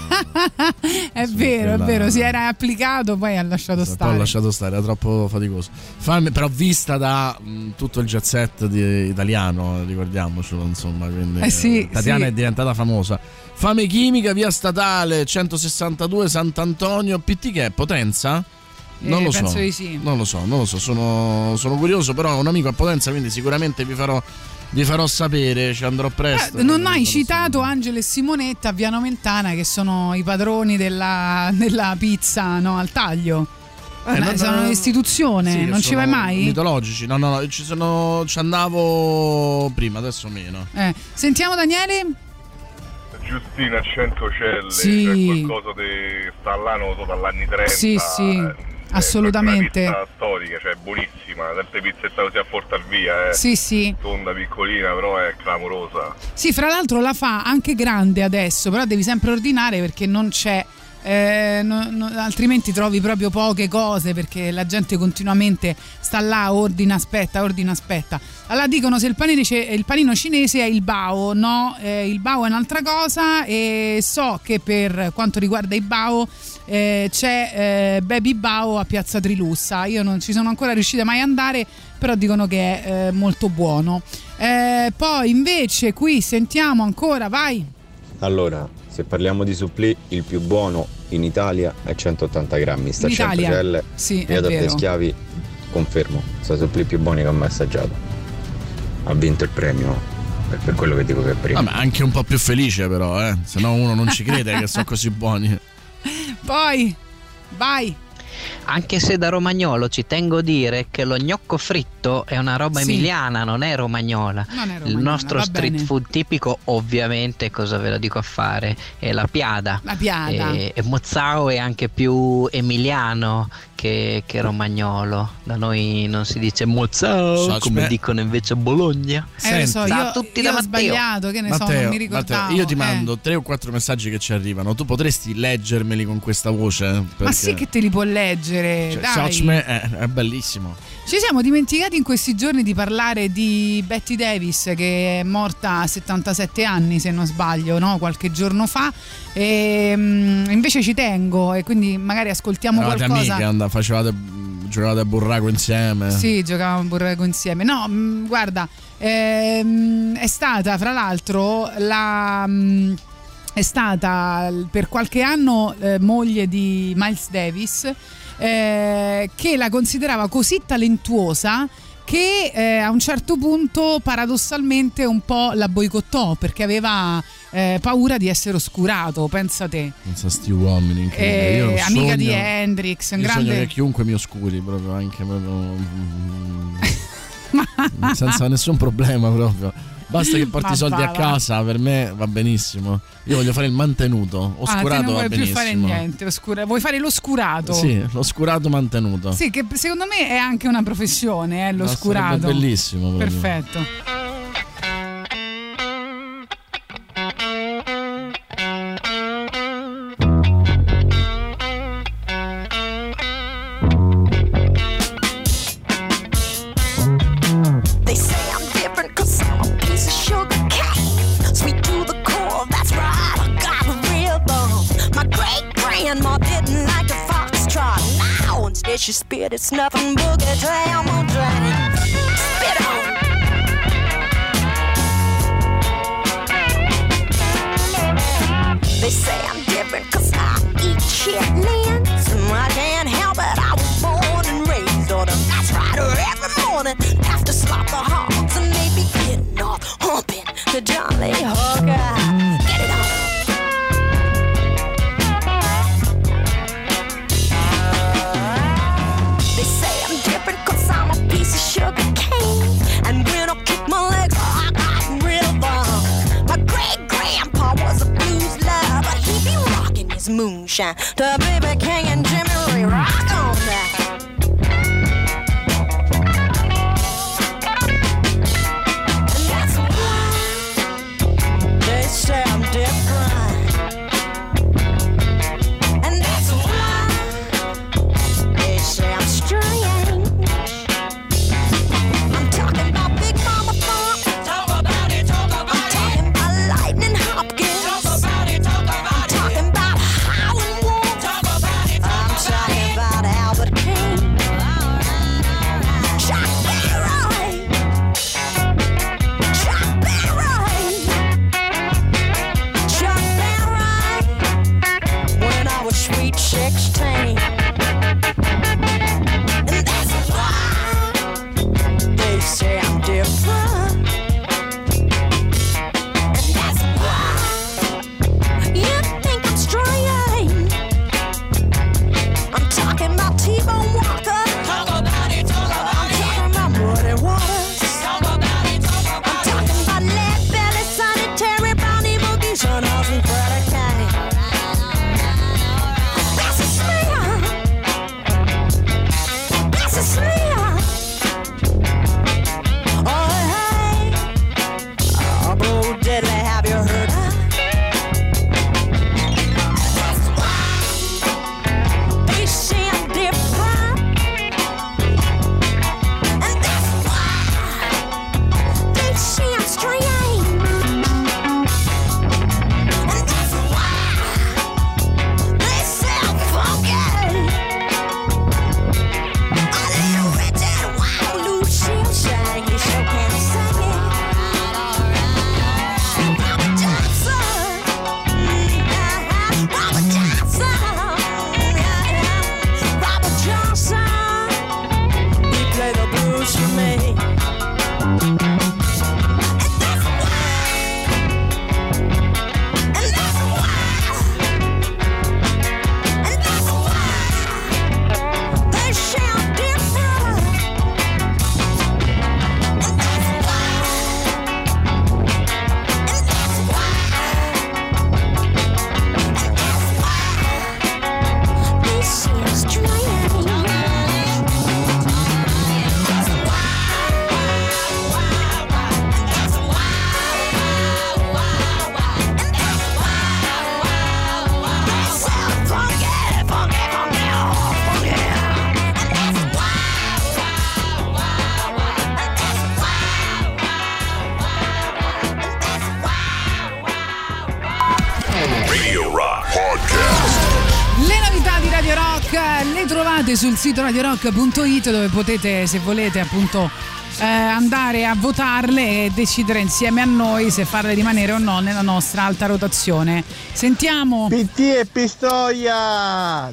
È vero, si era applicato, poi ha lasciato stare. Poi ha lasciato stare, era troppo faticoso. Fame, però vista da tutto il jet set italiano, ricordiamocelo, insomma, quindi sì, Tatiana è diventata famosa. Fame Chimica, via Statale 162 Sant'Antonio. PT che è Potenza? Non lo so. Penso di sì. Non lo so, sono curioso, però ho un amico a Potenza, quindi sicuramente vi farò sapere, ci andrò presto. Non hai citato Angelo e Simonetta a Via Nomentana, che sono i padroni della pizza, no, al taglio. Sono un'istituzione, sì, non ci vai mai? Mitologici, no, ci andavo prima, adesso meno. Sentiamo Daniele. Giustina 100 Celle, sì. Cioè qualcosa di sta là, non lo so, dall'anni 30. Sì. Assolutamente. È una pizza storica, cioè buonissima, tante pizzetta così a Fortalvia, Sì. Tonda, piccolina, però è clamorosa. Sì, fra l'altro la fa anche grande adesso, però devi sempre ordinare perché non c'è. Altrimenti trovi proprio poche cose, perché la gente continuamente sta là, ordina, aspetta. Allora dicono se il panino cinese è il bao, no, il bao è un'altra cosa, e so che per quanto riguarda i bao c'è Baby Bao a Piazza Trilussa. Io non ci sono ancora riuscita mai ad andare, però dicono che è molto buono. Poi invece qui sentiamo ancora, vai. Allora, se parliamo di supplì, il più buono in Italia è 180 grammi, sta in 100 Italia? celle, sì, via Torte Schiavi, confermo, sta supplì più buoni che ho mai assaggiato. Ha vinto il premio per quello che dico che è prima. Ma anche un po' più felice però, se no uno non ci crede che sono così buoni. Poi, vai. Anche se da romagnolo ci tengo a dire che lo gnocco fritto è una roba emiliana, non è romagnola. Il nostro street food tipico, ovviamente, cosa ve lo dico a fare, è la piada. E mozzao è anche più emiliano che romagnolo. Da noi non si dice mozzao, come dicono invece a Bologna. Lo so, io ho sbagliato, che ne so, non mi ricordavo. Matteo, io ti mando 3 o 4 messaggi che ci arrivano. Tu potresti leggermeli con questa voce? Ma sì che te li può leggere, cioè, dai. È bellissimo. Ci siamo dimenticati in questi giorni di parlare di Betty Davis, che è morta a 77 anni, se non sbaglio, no? Qualche giorno fa. E invece ci tengo, e quindi magari ascoltiamo qualcosa. Amiche, giocavate a burraco insieme. Sì, giocavamo a burraco insieme. No, guarda, è stata, fra l'altro, è stata per qualche anno moglie di Miles Davis, che la considerava così talentuosa che a un certo punto paradossalmente un po' la boicottò, perché aveva paura di essere oscurato, pensa te. Pensa a sti uomini incredibili. Amica di Hendrix, un grande. Sogno che chiunque mi oscuri, proprio, anche senza nessun problema proprio. Basta che porti soldi a casa, per me va benissimo. Io voglio fare il mantenuto. Oscurato non va benissimo. Più fare niente. Vuoi fare l'oscurato? Sì, l'oscurato mantenuto. Sì, che secondo me è anche una professione, l'oscurato. È bellissimo proprio. Perfetto. She spit, it's nothing boogie down my drain. Spit on. They say I'm different 'cause I eat chitlins, and I can't help it, I was born and raised on them. That's right, every morning after slop the hogs and maybe getting off, humping the Jolly Hooker. Get it on. Sugar cane, and when I kick my legs, I got rhythm. My great grandpa was a blues lover, but he be rocking his moonshine to B.B. King and Jimmy Lee. Rock on that. Rock le trovate sul sito radiorock.it, dove potete, se volete, appunto andare a votarle e decidere insieme a noi se farle rimanere o no nella nostra alta rotazione. Sentiamo PT e Pistoia,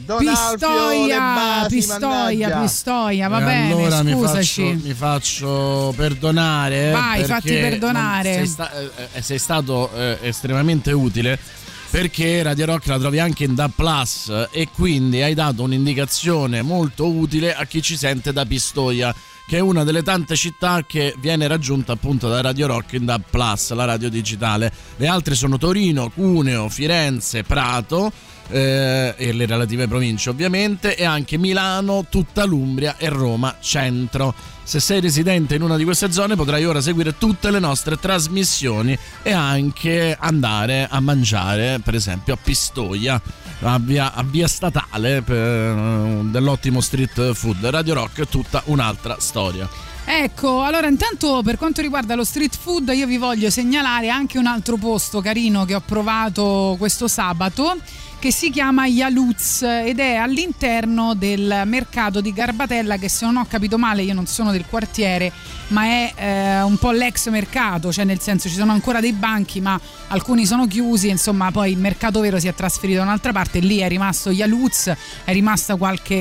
Pistoia, va bene, allora scusaci. mi faccio perdonare. Vai, fatti perdonare. Sei stato estremamente utile, perché Radio Rock la trovi anche in DAB+, e quindi hai dato un'indicazione molto utile a chi ci sente da Pistoia, che è una delle tante città che viene raggiunta appunto da Radio Rock in DAB+, la radio digitale. Le altre sono Torino, Cuneo, Firenze, Prato e le relative province ovviamente, e anche Milano, tutta l'Umbria e Roma centro. Se sei residente in una di queste zone potrai ora seguire tutte le nostre trasmissioni e anche andare a mangiare, per esempio a Pistoia, a via Statale, dell'ottimo street food. Radio Rock è tutta un'altra storia. Ecco, allora intanto per quanto riguarda lo street food io vi voglio segnalare anche un altro posto carino che ho provato questo sabato, che si chiama Yaluz ed è all'interno del mercato di Garbatella, che se non ho capito male, io non sono del quartiere, ma è un po' l'ex mercato, cioè nel senso ci sono ancora dei banchi ma alcuni sono chiusi, insomma poi il mercato vero si è trasferito da un'altra parte, lì è rimasto Yaluz, è rimasta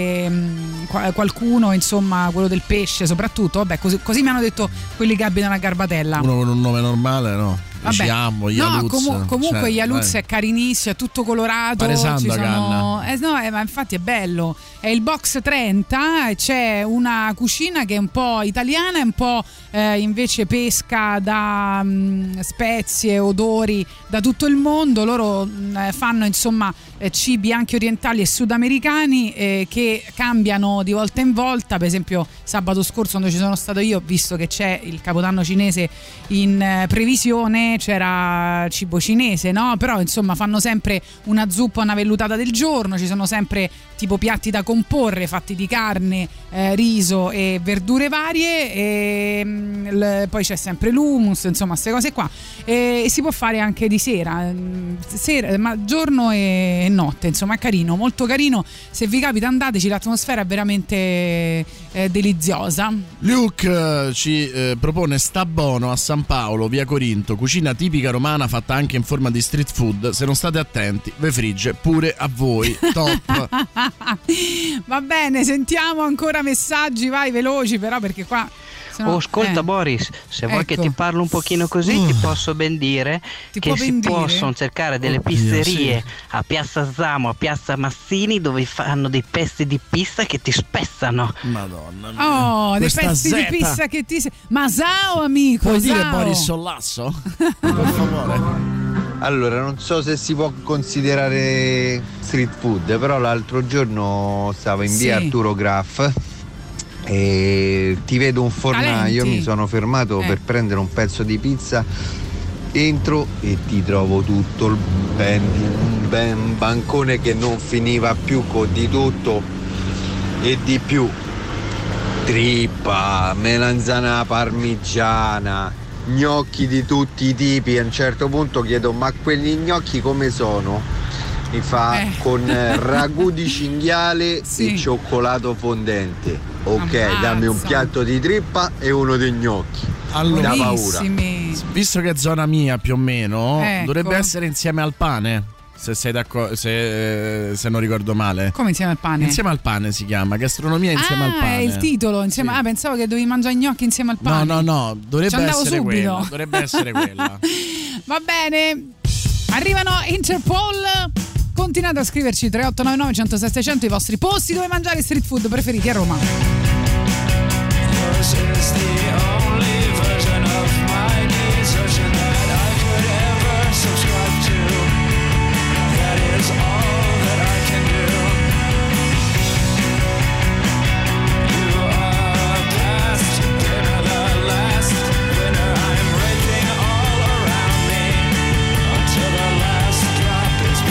qualcuno, insomma quello del pesce soprattutto, vabbè così mi hanno detto quelli che abitano a Garbatella. Uno con un nome normale, no? Vabbè, Yaluz, comunque Yaluz è carinissimo, è tutto colorato, ci sono, ma infatti è bello, è il box 30 e c'è una cucina che è un po' italiana e un po' invece pesca da spezie, odori da tutto il mondo. Loro fanno insomma cibi anche orientali e sudamericani che cambiano di volta in volta. Per esempio sabato scorso, quando ci sono stato io, ho visto che c'è il Capodanno cinese in previsione, c'era cibo cinese, no? Però insomma fanno sempre una zuppa, una vellutata del giorno, ci sono sempre tipo piatti da comporre fatti di carne, riso e verdure varie, e poi c'è sempre l'hummus, insomma queste cose qua, e si può fare anche di sera, ma giorno e notte, insomma è carino, molto carino. Se vi capita andateci, l'atmosfera è veramente deliziosa. Luke ci propone Sta Bono a San Paolo, via Corinto, cucina tipica romana fatta anche in forma di street food. Se non state attenti ve frigge pure a voi. Top. Va bene, sentiamo ancora messaggi, vai veloci però, perché qua ascolta Boris, se vuoi che ti parlo un pochino così, ti posso ben dire che si possono cercare delle pizzerie a Piazza Zamo, a Piazza Mazzini, dove fanno dei pezzi di pizza che ti spezzano. Madonna mia. Oh, dei pezzi di pizza che ti... Masao, amico, puoi dire Boris Sollasso? Per favore. Allora, non so se si può considerare street food, però l'altro giorno stavo in via Arturo Graff e ti vedo un fornaio, mi sono fermato per prendere un pezzo di pizza, entro e ti trovo tutto un ben bancone che non finiva più, con di tutto e di più, trippa, melanzana parmigiana, gnocchi di tutti i tipi. A un certo punto chiedo: ma quegli gnocchi come sono? Mi fa con ragù di cinghiale e cioccolato fondente. Ok, dammi un piatto di trippa e uno di gnocchi. Allora, da paura. Visto che è zona mia più o meno, dovrebbe essere insieme al pane. Se sei d'accordo, se non ricordo male. Come insieme al pane? Insieme al pane si chiama, gastronomia insieme al pane. È il titolo, insieme. Sì. Pensavo che dovevi mangiare gnocchi insieme al pane. No, dovrebbe essere quella. Dovrebbe essere quella. Va bene. Arrivano Interpol. Continuate a scriverci 3899 106 600 i vostri posti dove mangiare street food preferiti a Roma.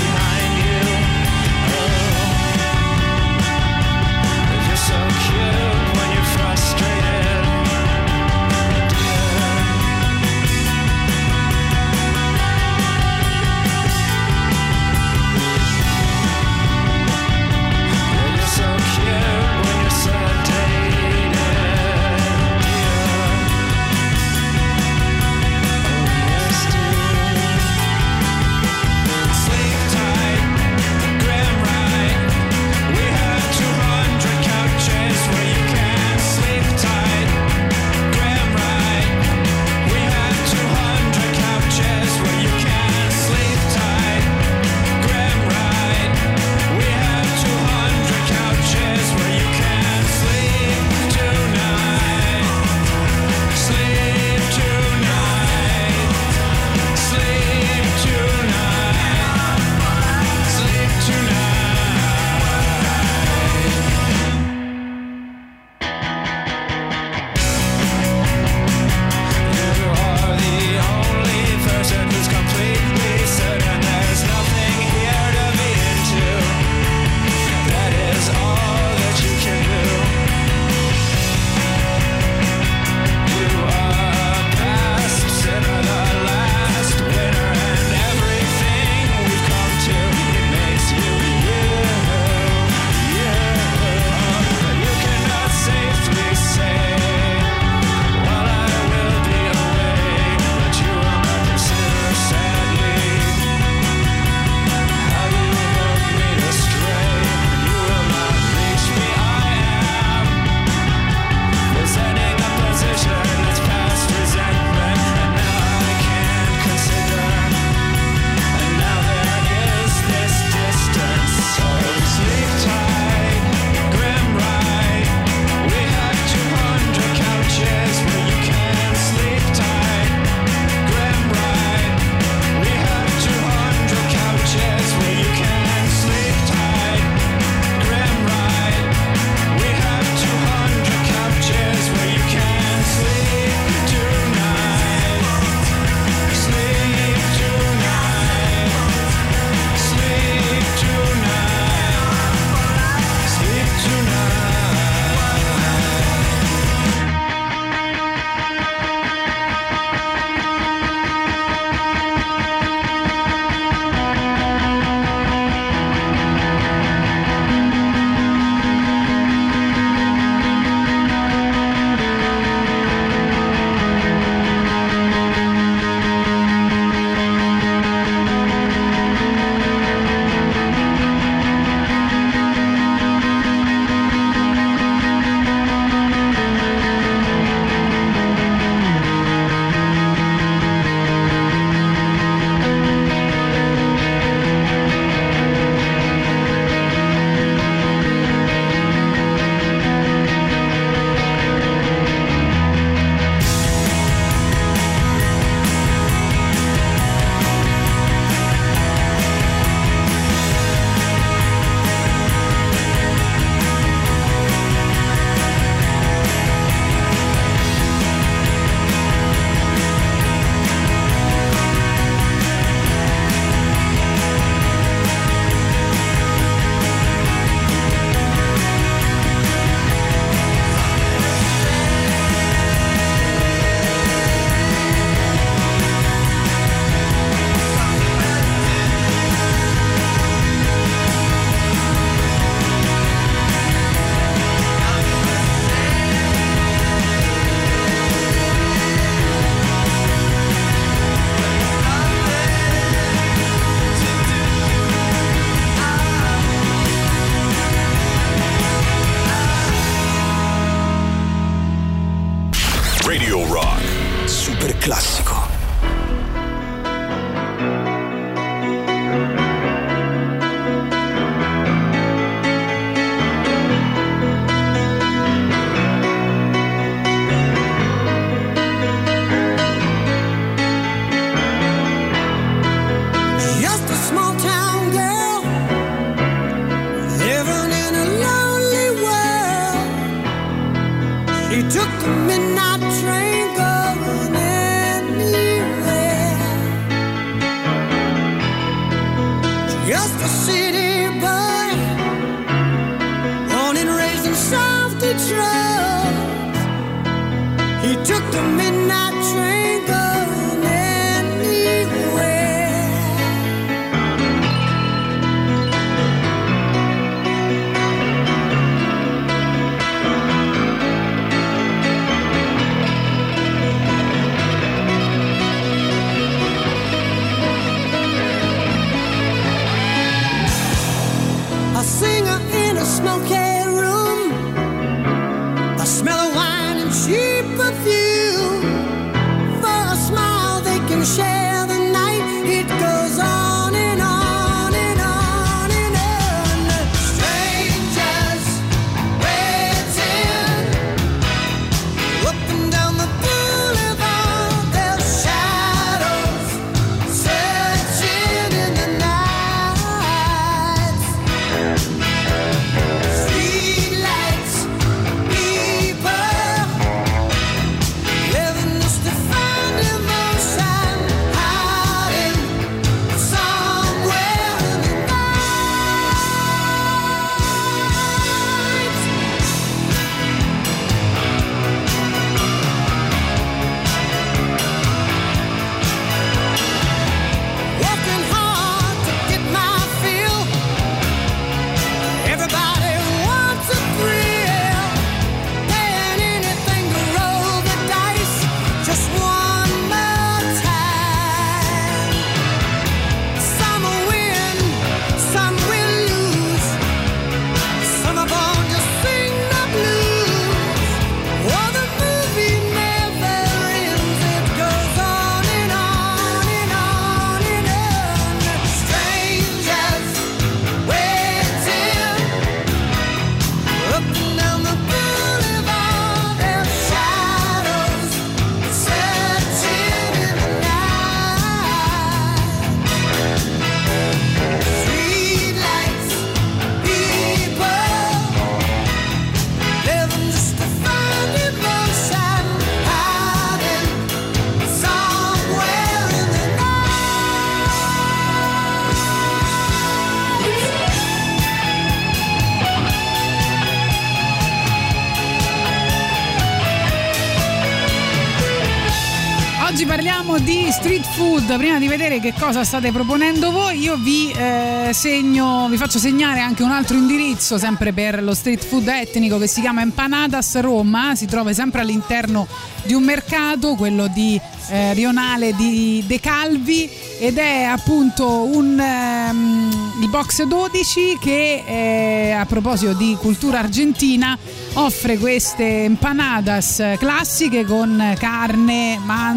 So cute. just a city boy, born and raised in South Detroit. He took the midnight train going anywhere. A singer in a smoky room, a smell of wine and cheap perfume. For a smile they can share the night. It goes on and on and on and on. Strangers waiting up and down the boulevard, their shadows searching in the night. Streetlights, people living just to find emotion, hiding somewhere in the working hard to get my fill. Everybody wants a thrill, paying anything to roll the dice just one more time. Some will win, some will lose. Some are born to sing the blues. Oh, the movie never ends. It goes on and on and on and on. Strangers waiting up and down the boulevard, their shadows searching in the night. Streetlights, people living just to find emotion, hiding somewhere in the Oggi parliamo di street food. Prima di vedere che cosa state proponendo voi, io vi faccio segnare anche un altro indirizzo sempre per lo street food etnico che si chiama Empanadas Roma. Si trova sempre all'interno di un mercato, quello di Rionale di De Calvi, ed è appunto il box 12 che a proposito di cultura argentina offre queste empanadas classiche con carne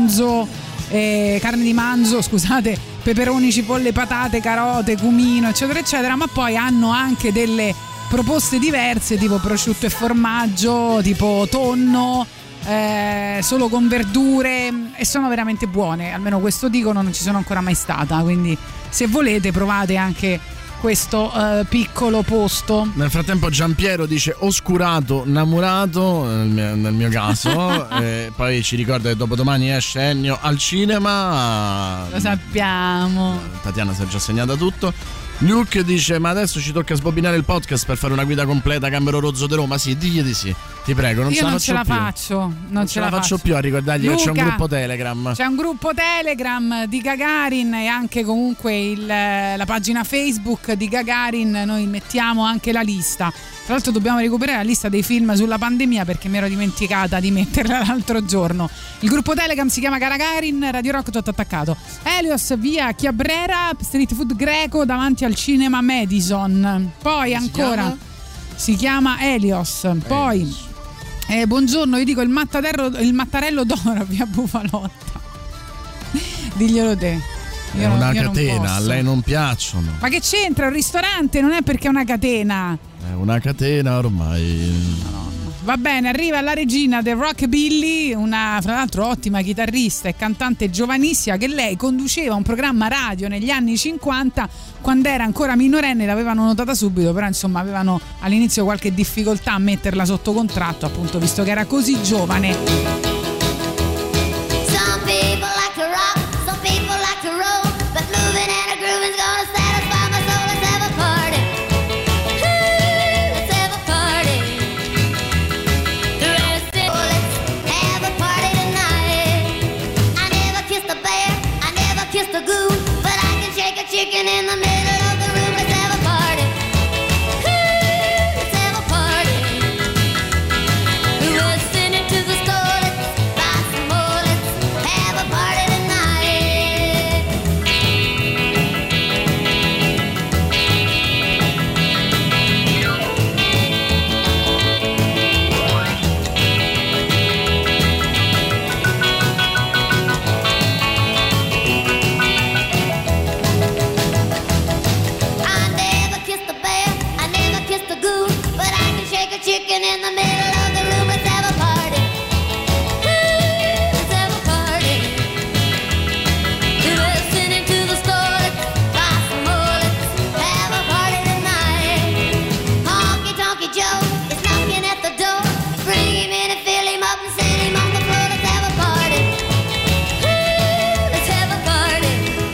di manzo, scusate, peperoni, cipolle, patate, carote, cumino, eccetera eccetera, ma poi hanno anche delle proposte diverse tipo prosciutto e formaggio, tipo tonno, solo con verdure, e sono veramente buone, almeno questo dicono, non ci sono ancora mai stata, quindi se volete provate anche questo piccolo posto. Nel frattempo Giampiero dice oscurato, innamurato nel mio caso. Poi ci ricorda che dopodomani esce Ennio al cinema. Lo sappiamo. Tatiana si è già segnata tutto. Luke dice ma adesso ci tocca sbobinare il podcast per fare una guida completa Gambero Rozzo di Roma. Sì, digli di sì, ti prego. Non ce la faccio più a ricordargli Luca, che c'è un gruppo Telegram. C'è un gruppo Telegram di Gagarin e anche comunque la pagina Facebook di Gagarin. Noi mettiamo anche la lista. Tra l'altro dobbiamo recuperare la lista dei film sulla pandemia perché mi ero dimenticata di metterla l'altro giorno. Il gruppo Telegram si chiama Gagarin Radio Rock tutto attaccato. Helios via Chiabrera, street food greco davanti al cinema Madison. Poi ancora si chiama Helios. Poi buongiorno, io dico il mattarello d'oro via Bufalotta. Diglielo te. È una catena, a lei non piacciono. Ma che c'entra? Un ristorante non è perché è una catena. È una catena ormai. Va bene, arriva la regina del rockabilly, una fra l'altro ottima chitarrista e cantante giovanissima, che lei conduceva un programma radio negli anni 50 quando era ancora minorenne. L'avevano notata subito, però insomma avevano all'inizio qualche difficoltà a metterla sotto contratto, appunto visto che era così giovane. Some people like to rock, some people like to roll, but moving and a groove is gonna satisfy my soul. a goon, but I can shake a chicken in the middle of the room. Let's have a party. Let's have a party. We're sending to the store. Let's buy some more. Let's have a party tonight. I never kissed a bear, I never kissed a goon, but I can shake a chicken in the middle of the room. Let's have a party. Let's have a party. We're sending to the store. Let's buy some more. Let's have a party tonight. Honky Tonky Joe is knocking at the door. Bring him in and fill him up and set him on the floor. Let's have a party. Let's have a party.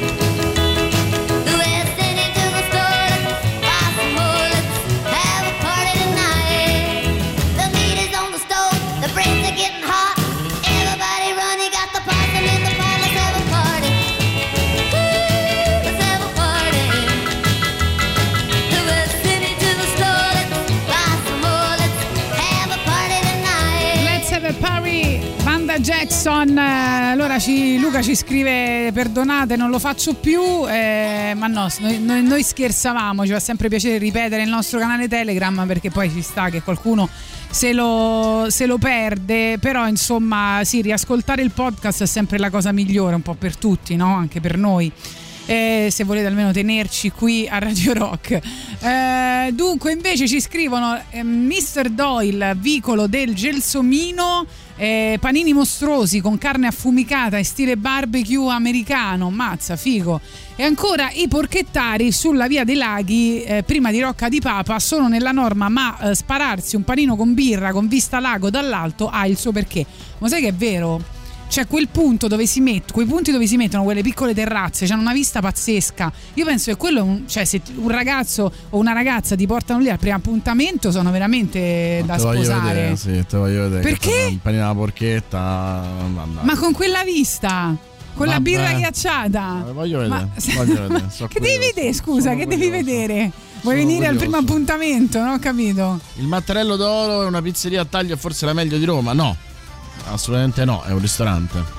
We're sending to the store. Let's buy some more. Let's have a party tonight. The meat is on the stove. The breads are getting hot. Everybody run, you got the possum in the pot. Let's have a party. Let's have a party. We're sending to the store. Let's buy some more. Let's have a party tonight. Let's have a party. Vanda Jackson. Allora Luca ci scrive: perdonate, non lo faccio più, ma no, noi scherzavamo, ci fa sempre piacere ripetere il nostro canale Telegram, perché poi ci sta che qualcuno se lo perde, però insomma sì, riascoltare il podcast è sempre la cosa migliore, un po' per tutti, no? Anche per noi. Se volete almeno tenerci qui a Radio Rock. Dunque invece ci scrivono Mr. Doyle, vicolo del Gelsomino, panini mostruosi con carne affumicata in stile barbecue americano, mazza, figo. E ancora i porchettari sulla via dei Laghi, prima di Rocca di Papa, sono nella norma, ma spararsi un panino con birra con vista lago dall'alto ha il suo perché. Ma sai che è vero? C'è quei punti dove si mettono quelle piccole terrazze, c'hanno una vista pazzesca. Io penso che quello cioè se un ragazzo o una ragazza ti portano lì al primo appuntamento sono veramente da sposare. Sì, te voglio vedere. Perché? Un panino alla porchetta. Ma con quella vista, con la birra ghiacciata. Voglio vedere. Che devi vedere, scusa, che devi vedere? Vuoi venire al primo appuntamento? Non ho capito. Il Mattarello d'Oro è una pizzeria a taglio, forse la meglio di Roma? No. Assolutamente no, è un ristorante.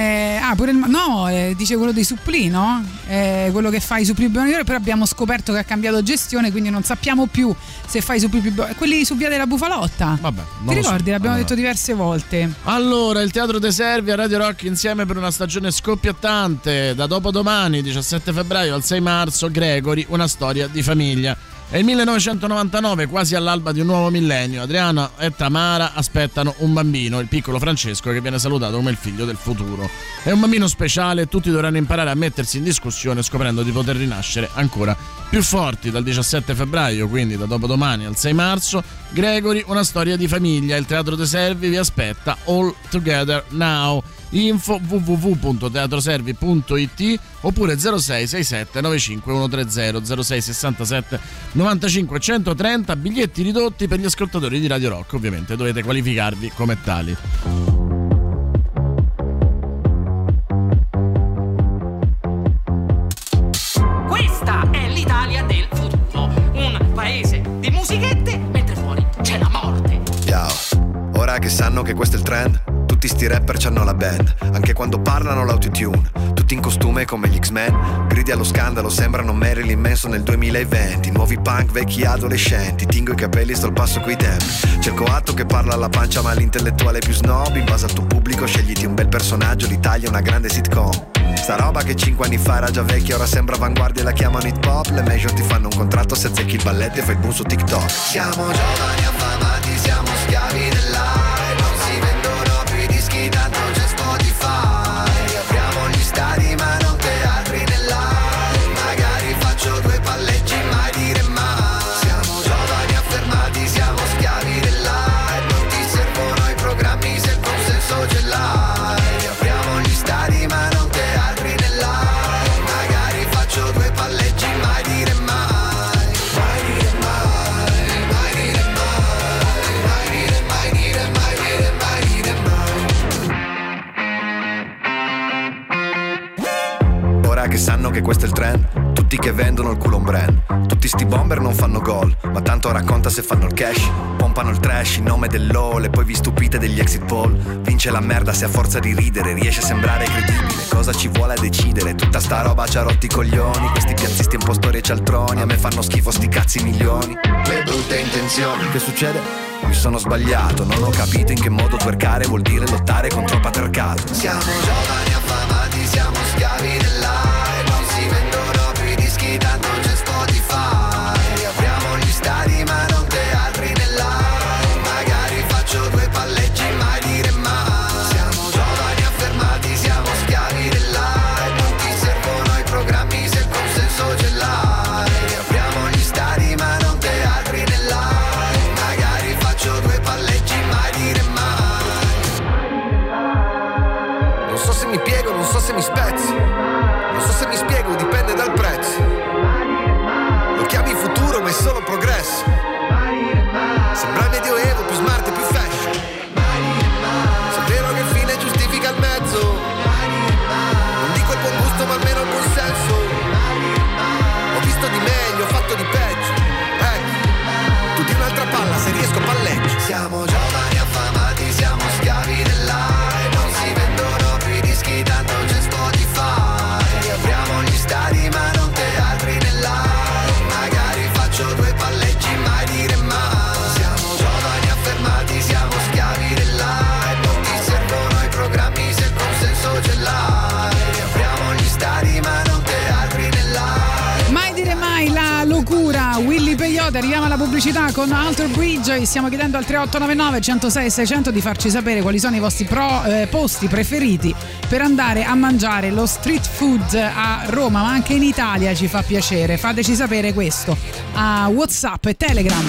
Dice quello dei supplì, no? Quello che fa i supplì buoni, però abbiamo scoperto che ha cambiato gestione, quindi non sappiamo più se fa i supplì più buoni. Quelli su via della Bufalotta. Vabbè, ti ricordi? L'abbiamo detto diverse volte. Allora, il Teatro dei Servi a Radio Rock insieme per una stagione scoppiettante. Da dopodomani, 17 febbraio al 6 marzo, Gregory, una storia di famiglia. È il 1999, quasi all'alba di un nuovo millennio. Adriana e Tamara aspettano un bambino, il piccolo Francesco, che viene salutato come il figlio del futuro. È un bambino speciale e tutti dovranno imparare a mettersi in discussione, scoprendo di poter rinascere ancora più forti. Dal 17 febbraio, quindi da dopodomani al 6 marzo, Gregory, una storia di famiglia. Il Teatro dei Servi vi aspetta. All Together Now. Info www.teatroservi.it oppure 0667 95 130 0667 95 130. Biglietti ridotti per gli ascoltatori di Radio Rock, ovviamente dovete qualificarvi come tali. Questa è l'Italia del futuro, un paese di musichette mentre fuori c'è la morte. Ciao, ora che sanno che questo è il trend, tutti sti rapper c'hanno la band, anche quando parlano l'autotune, tutti in costume come gli X-Men, gridi allo scandalo, sembrano Marilyn Manson nel 2020, nuovi punk, vecchi adolescenti, tingo i capelli, sto al passo coi tempi, cerco atto che parla alla pancia ma l'intellettuale più snob, in base al tuo pubblico scegliti un bel personaggio, l'Italia è una grande sitcom. Sta roba che 5 anni fa era già vecchia, ora sembra avanguardia e la chiamano hip hop. Le major ti fanno un contratto se azzecchi il balletto e fai il boom su TikTok. Siamo giovani affamati, siamo schiavi dell'aria, non si vendono più i dischi, tanto c'è Spotify. Apriamo gli stadi ma non teatri nell'aria, magari faccio 2 palleggi, mai dire mai. Siamo giovani affermati, siamo schiavi dell'aria, non ti servono i programmi se il consenso ce l'hai. Apriamo gli stadi ma non teatri nell'aria, magari faccio 2 palleggi, mai dire mai. Mai dire mai, mai dire mai, mai dire mai dire mai. Ora che sanno che questo è il trend, tutti che vendono il culo un brand. Tutti sti bomber non fanno gol, ma tanto racconta se fanno il cash. Pompano il trash in nome dell'all e poi vi stupite degli exit poll. Vince la merda se a forza di ridere riesce a sembrare credibile. Cosa ci vuole a decidere? Tutta sta roba ci ha rotti i coglioni. Questi piazzisti impostori e cialtroni, a me fanno schifo sti cazzi milioni. Le brutte intenzioni. Che succede? Mi sono sbagliato, non ho capito in che modo twerkare vuol dire lottare contro il patriarcato. Siamo giovani affamati, siamo schiavi dell'aria. Non si vendono più i dischi, tanto c'è Spotify. Riapriamo gli stadi ma non teatri nell'aria. Magari faccio 2 palleggi, mai dire mai. Siamo giovani affermati, siamo schiavi dell'aria. Non ti servono i programmi se il consenso ce l'hai. Riapriamo gli stadi ma non teatri nell'aria. Magari faccio 2 palleggi, mai dire mai. Non so se mi piego, non so se mi spezzo. Non so se mi spiego, dipende dal prezzo. Lo chiami futuro ma è solo progresso. Sembra il medioevo, più smart e più fashion. Se è vero che il fine giustifica il mezzo, non dico il buon gusto ma almeno il buon senso. Ho visto di meglio, ho fatto di peggio. Tu di un'altra palla, se riesco palleggio. Siamo giovani affamati, siamo schiavi dell'aria. Non si vendono più i dischi, tanto c'è Spotify. Riapriamo gli stadi ma non teatri nell'aria. Magari faccio 2 palleggi, mai dire mai. Siamo giovani affermati, siamo schiavi dell'aria. Non ti servono i programmi se il consenso ce l'hai. Riapriamo gli stadi ma non teatri nell'aria. Mai dire mai, la locura. Willy Peyote, arriviamo alla pubblicità con Alter Bridge e stiamo chiedendo al 3899 106 600 di farci sapere quali sono i vostri posti preferiti per andare a mangiare lo street food a Roma, ma anche in Italia ci fa piacere. Fateci sapere questo a WhatsApp e Telegram.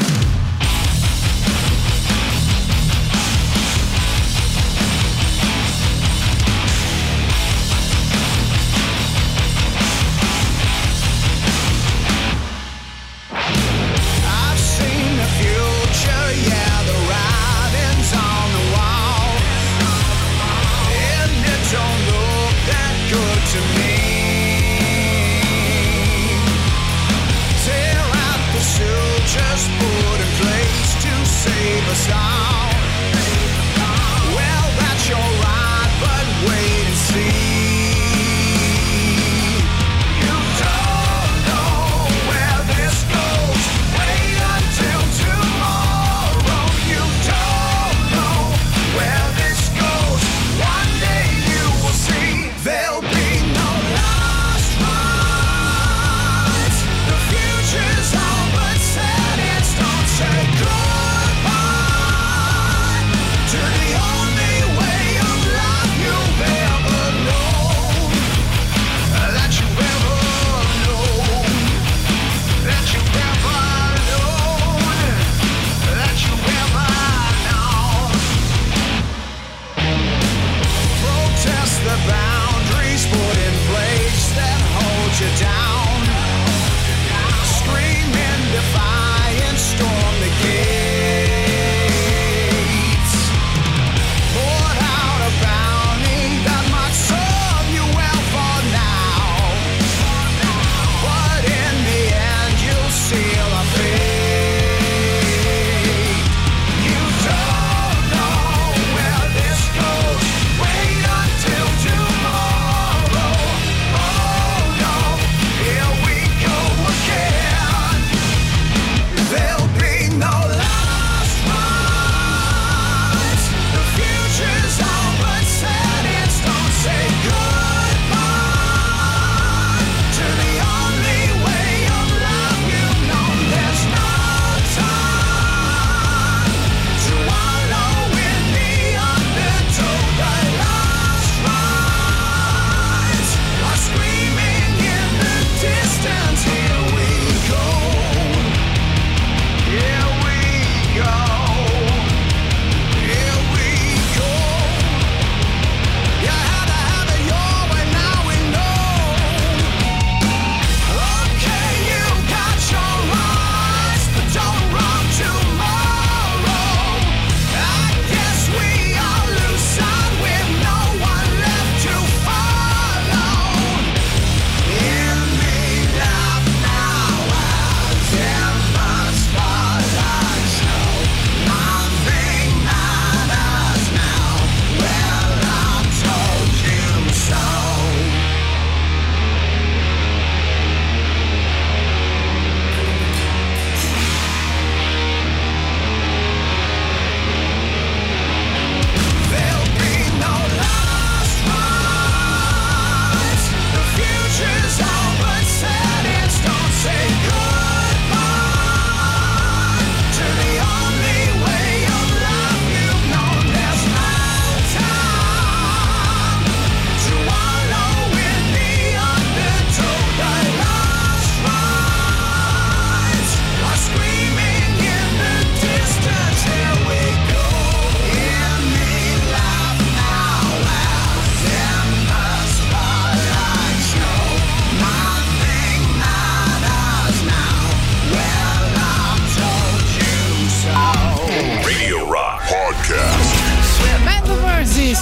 I've seen the future, yeah, the writing's on the wall, and it don't look that good to me. Tear out the sutures put in place to save us all. Well, that's your right, but wait and see. You don't know where this goes. Wait until tomorrow. You don't know where this goes. One day you will see. There'll be no lost rights. The future's all but set in stone. Say goodbye.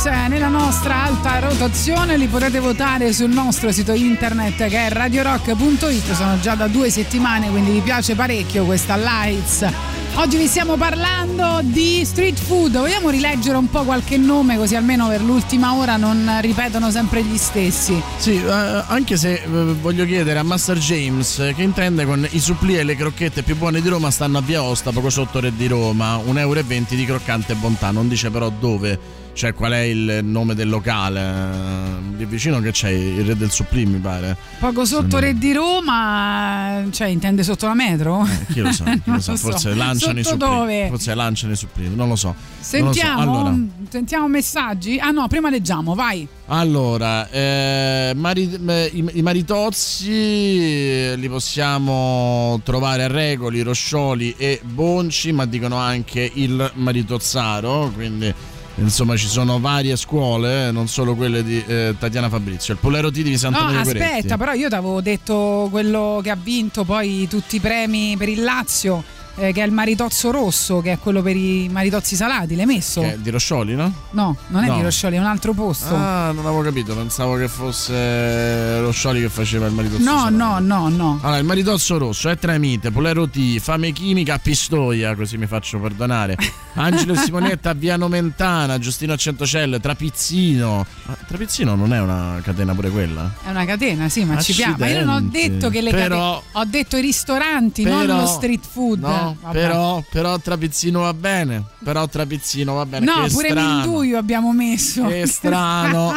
Dance nella nostra alta rotazione, li potete votare sul nostro sito internet che è radiorock.it. Sono già da 2 settimane, quindi vi piace parecchio questa Lights. Oggi vi stiamo parlando di street food. Vogliamo rileggere un po' qualche nome, così almeno per l'ultima ora non ripetono sempre gli stessi? Sì, anche se voglio chiedere a Master James che intende con i supplì e le crocchette più buone di Roma stanno a Via Osta, poco sotto Re di Roma, 1,20 euro di croccante bontà. Non dice però dove, cioè qual è il nome del locale. Lì vicino che c'è il Re del Supplì, mi pare. Poco sotto Re di Roma, cioè intende sotto la metro? Chi lo sa, forse lanciano i supplì. Dove? Forse lanciano i supplì, non lo so. Sentiamo, non lo so. Allora, sentiamo messaggi. Ah no, prima leggiamo, vai. Allora, i maritozzi li possiamo trovare a Regoli, Roscioli e Bonci, ma dicono anche il Maritozzaro, quindi insomma ci sono varie scuole, non solo quelle di Tatiana Fabrizio. Il Pollero T di Santa Maria Goretti. Aspetta, però io ti avevo detto quello che ha vinto poi tutti i premi per il Lazio, che è il Maritozzo Rosso, che è quello per i maritozzi salati. L'hai messo? Che è di Roscioli, no? No, non è di Roscioli, è un altro posto. Ah, non avevo capito, pensavo che fosse Roscioli che faceva il Maritozzo no, salato. No. Allora, il Maritozzo Rosso è Tramite, Polero T, Fame Chimica a Pistoia, così mi faccio perdonare. Angelo e Simonetta a Via Nomentana, Giustino a Centocelle, Trapizzino. Ma Trapizzino non è una catena pure quella? È una catena, sì, ma ci piace. Ma io non ho detto che le catene, ho detto i ristoranti, non lo street food. No, però Trapizzino va bene. No, che pure Minduio abbiamo messo. Che strano.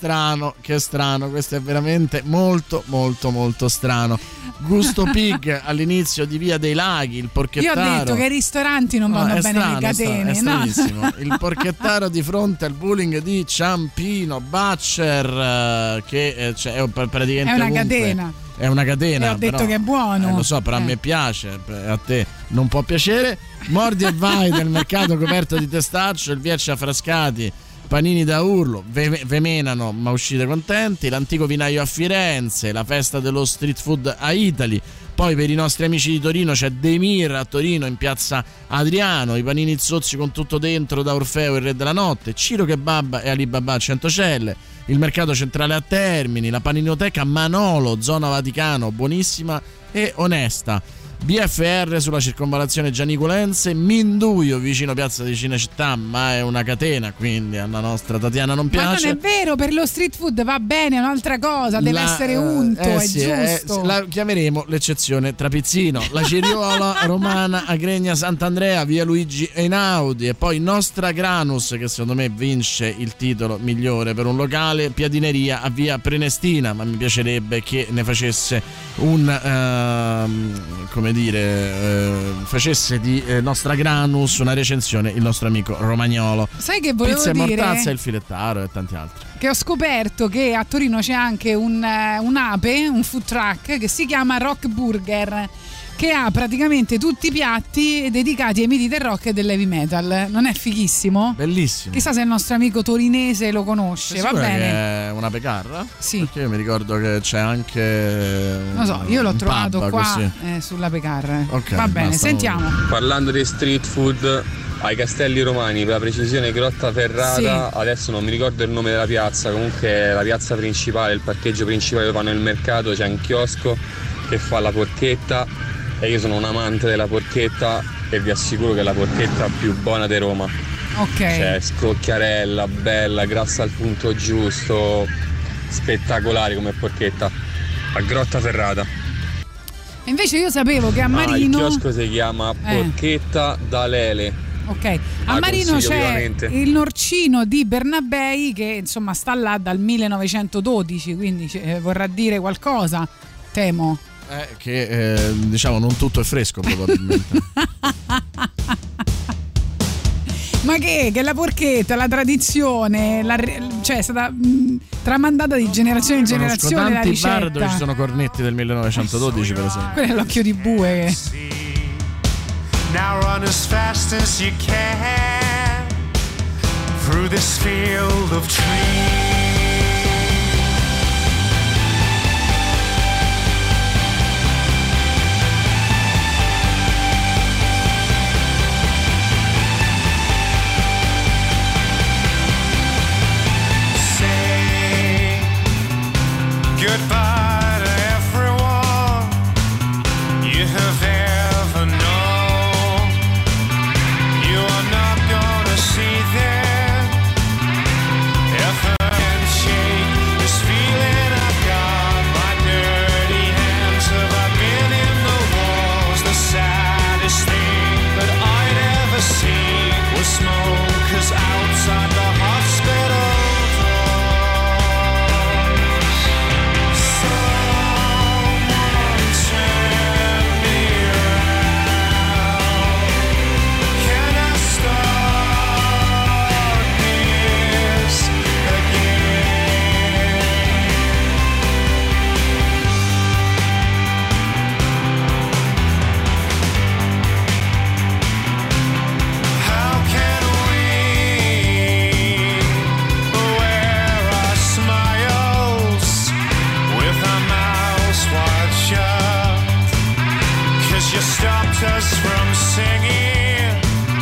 Questo è veramente molto strano. Gusto Pig all'inizio di Via dei Laghi, il Porchettaro. Io ho detto che i ristoranti non vanno bene le catene. È stranissimo. Il Porchettaro di fronte al bowling di Ciampino, Butcher, che è praticamente è una ovunque. Catena. È una catena. E ho detto che è buono. Lo so, però a me piace, a te non può piacere. Mordi e vai del mercato coperto di testaccio, il Vieccia Frascati, panini da urlo, vemenano ma uscite contenti, l'antico vinaio a Firenze, la festa dello street food a Italy. Poi per i nostri amici di Torino c'è Demir a Torino in piazza Adriano, i panini zozzi con tutto dentro da Orfeo il Re della Notte, Ciro Kebab e Alibaba a Centocelle, il mercato centrale a Termini, la paninoteca Manolo, zona Vaticano, buonissima e onesta. BFR sulla circonvallazione Gianicolense, Minduio vicino piazza di Cinecittà, ma è una catena, quindi alla nostra Tatiana non piace. Ma non è vero, per lo street food va bene, è un'altra cosa, deve essere unto, è giusto. La chiameremo l'eccezione Trapizzino, la Ciriola Romana a Gregna Sant'Andrea, via Luigi Einaudi, e poi Nostra Granus, che secondo me vince il titolo migliore per un locale, Piadineria a via Prenestina, ma mi piacerebbe che ne facesse facesse di Nostra Granus una recensione il nostro amico Romagnolo. Sai che volevo Pizza dire? Pizza e Mortazza, il Filettaro e tanti altri. Che ho scoperto che a Torino c'è anche un food truck che si chiama Rock Burger, che ha praticamente tutti i piatti dedicati ai miti del rock e dell'heavy metal. Non è fighissimo? Bellissimo. Chissà se il nostro amico torinese lo conosce. Va bene. Che è una pecarra? Sì. Perché io mi ricordo che c'è anche. Non so, io l'ho trovato pub, qua sulla pecarra. Okay, va bene, sentiamo. Parlando di street food, ai Castelli Romani, per la precisione Grotta Ferrata, sì. Adesso non mi ricordo il nome della piazza, comunque la piazza principale, il parcheggio principale dove fanno il mercato, c'è un chiosco che fa la porchetta. E io sono un amante della porchetta e vi assicuro che è la porchetta più buona di Roma. Ok. Cioè scrocchiarella, bella, grassa al punto giusto, spettacolare come porchetta. A Grotta Ferrata. E invece io sapevo che a Marino. Il chiosco si chiama Porchetta da Lele. Ok, a Marino c'è il Norcino di Bernabei che insomma sta là dal 1912, quindi vorrà dire qualcosa, temo. Che diciamo non tutto è fresco probabilmente. Ma che la porchetta, la tradizione, cioè è stata tramandata di generazione in generazione la ricetta. Tanti bar dove ci sono cornetti del 1912 per esempio. Quello è l'occhio di bue. Now run as fast as you can through this field of trees. kept us from singing.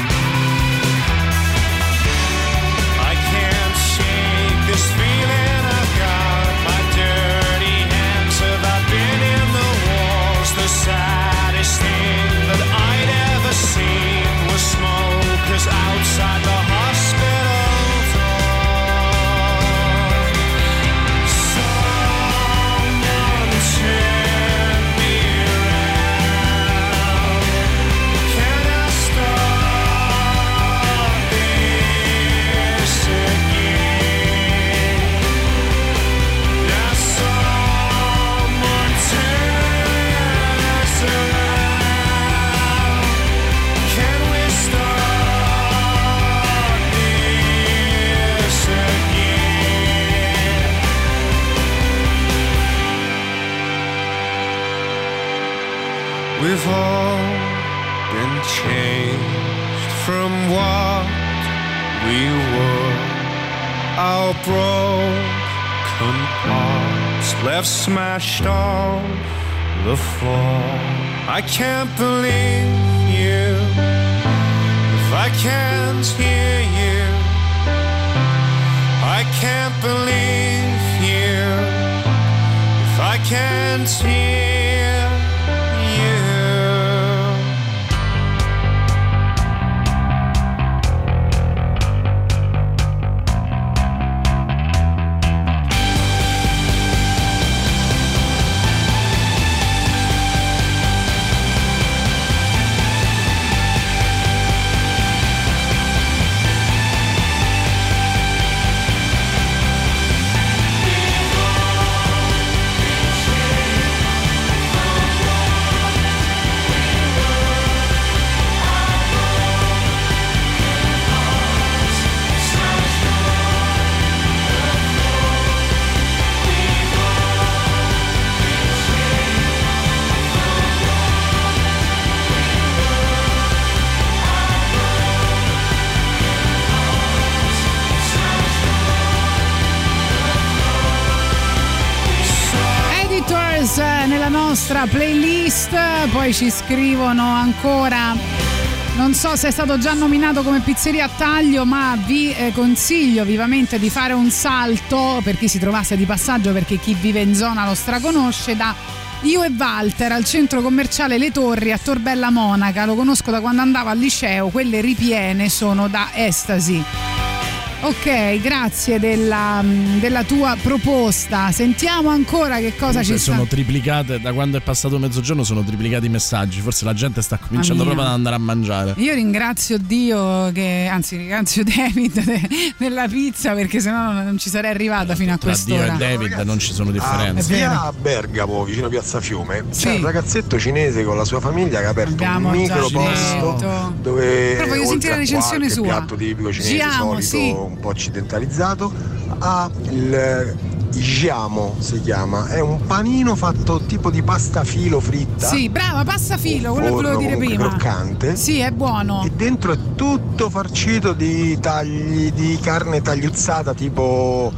I can't shake this feeling I've got. My dirty hands have been in the walls. The saddest thing that I'd ever seen was smokers outside the hospital door. Someone turn me around. Can I start this again? Now someone turn us around. Can we start this again? We've all been changed from what we were. Our broken parts left smashed on the floor. I can't believe you if I can't hear you. I can't believe you if I can't hear you. Nella nostra playlist. Poi ci scrivono ancora: non so se è stato già nominato come pizzeria a taglio, ma vi consiglio vivamente di fare un salto per chi si trovasse di passaggio, perché chi vive in zona lo straconosce, da Io e Walter al centro commerciale Le Torri a Torbella Monaca. Lo conosco da quando andavo al liceo, quelle ripiene sono da estasi. Ok, grazie della tua proposta. Sentiamo ancora che cosa ci sta. Sono triplicate, da quando è passato mezzogiorno sono triplicati i messaggi. Forse la gente sta cominciando proprio ad andare a mangiare. Io ringrazio Dio ringrazio David della pizza, perché sennò non ci sarei arrivata fino a quest'ora. Dio e David non ci sono differenze. A Bergamo, vicino Piazza Fiume, c'è un ragazzetto cinese con la sua famiglia che ha aperto un micro posto dove, però voglio sentire la recensione sua. Piatto tipico cinese solito, un po' occidentalizzato, ha il Giamo, si chiama, è un panino fatto tipo di pasta filo fritta. Sì, brava, pasta filo, quello che volevo dire prima. Croccante. Sì, è buono. E dentro è tutto farcito di tagli di carne tagliuzzata, tipo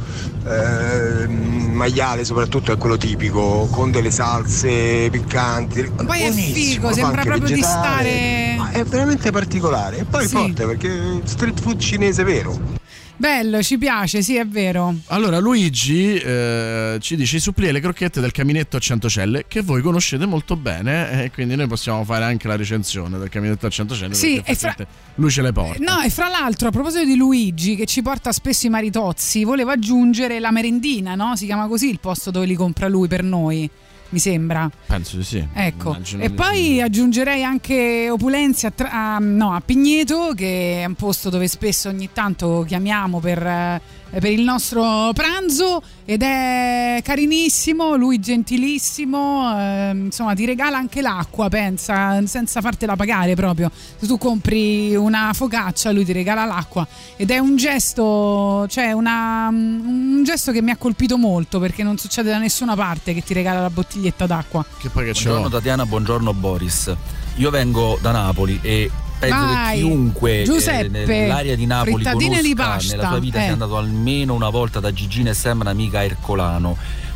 maiale, soprattutto è quello tipico, con delle salse piccanti. Poi è figo, sembra proprio di stare. Ma è veramente particolare. E poi forte, perché street food cinese vero. Bello, ci piace, sì, è vero. Allora Luigi ci dice: i supplì e le crocchette del caminetto a Centocelle, che voi conoscete molto bene, e quindi noi possiamo fare anche la recensione del caminetto a Centocelle. Sì, e lui ce le porta. No, e fra l'altro, a proposito di Luigi, che ci porta spesso i maritozzi, volevo aggiungere la merendina, no? Si chiama così il posto dove li compra lui per noi, mi sembra. Penso di sì. Ecco. E poi aggiungerei anche Opulenzi a Pigneto, che è un posto dove spesso ogni tanto chiamiamo per il nostro pranzo, ed è carinissimo, lui gentilissimo, insomma ti regala anche l'acqua, pensa, senza fartela pagare proprio. Se tu compri una focaccia lui ti regala l'acqua, ed è un gesto, cioè un gesto che mi ha colpito molto, perché non succede da nessuna parte che ti regala la bottiglietta d'acqua. Che poi che buongiorno Tatiana, buongiorno Boris. Io vengo da Napoli e penso che chiunque nell'area di Napoli conosca, di pasta, nella sua vita sia andato almeno una volta da Gigina e Sam, un'amica Ercolano.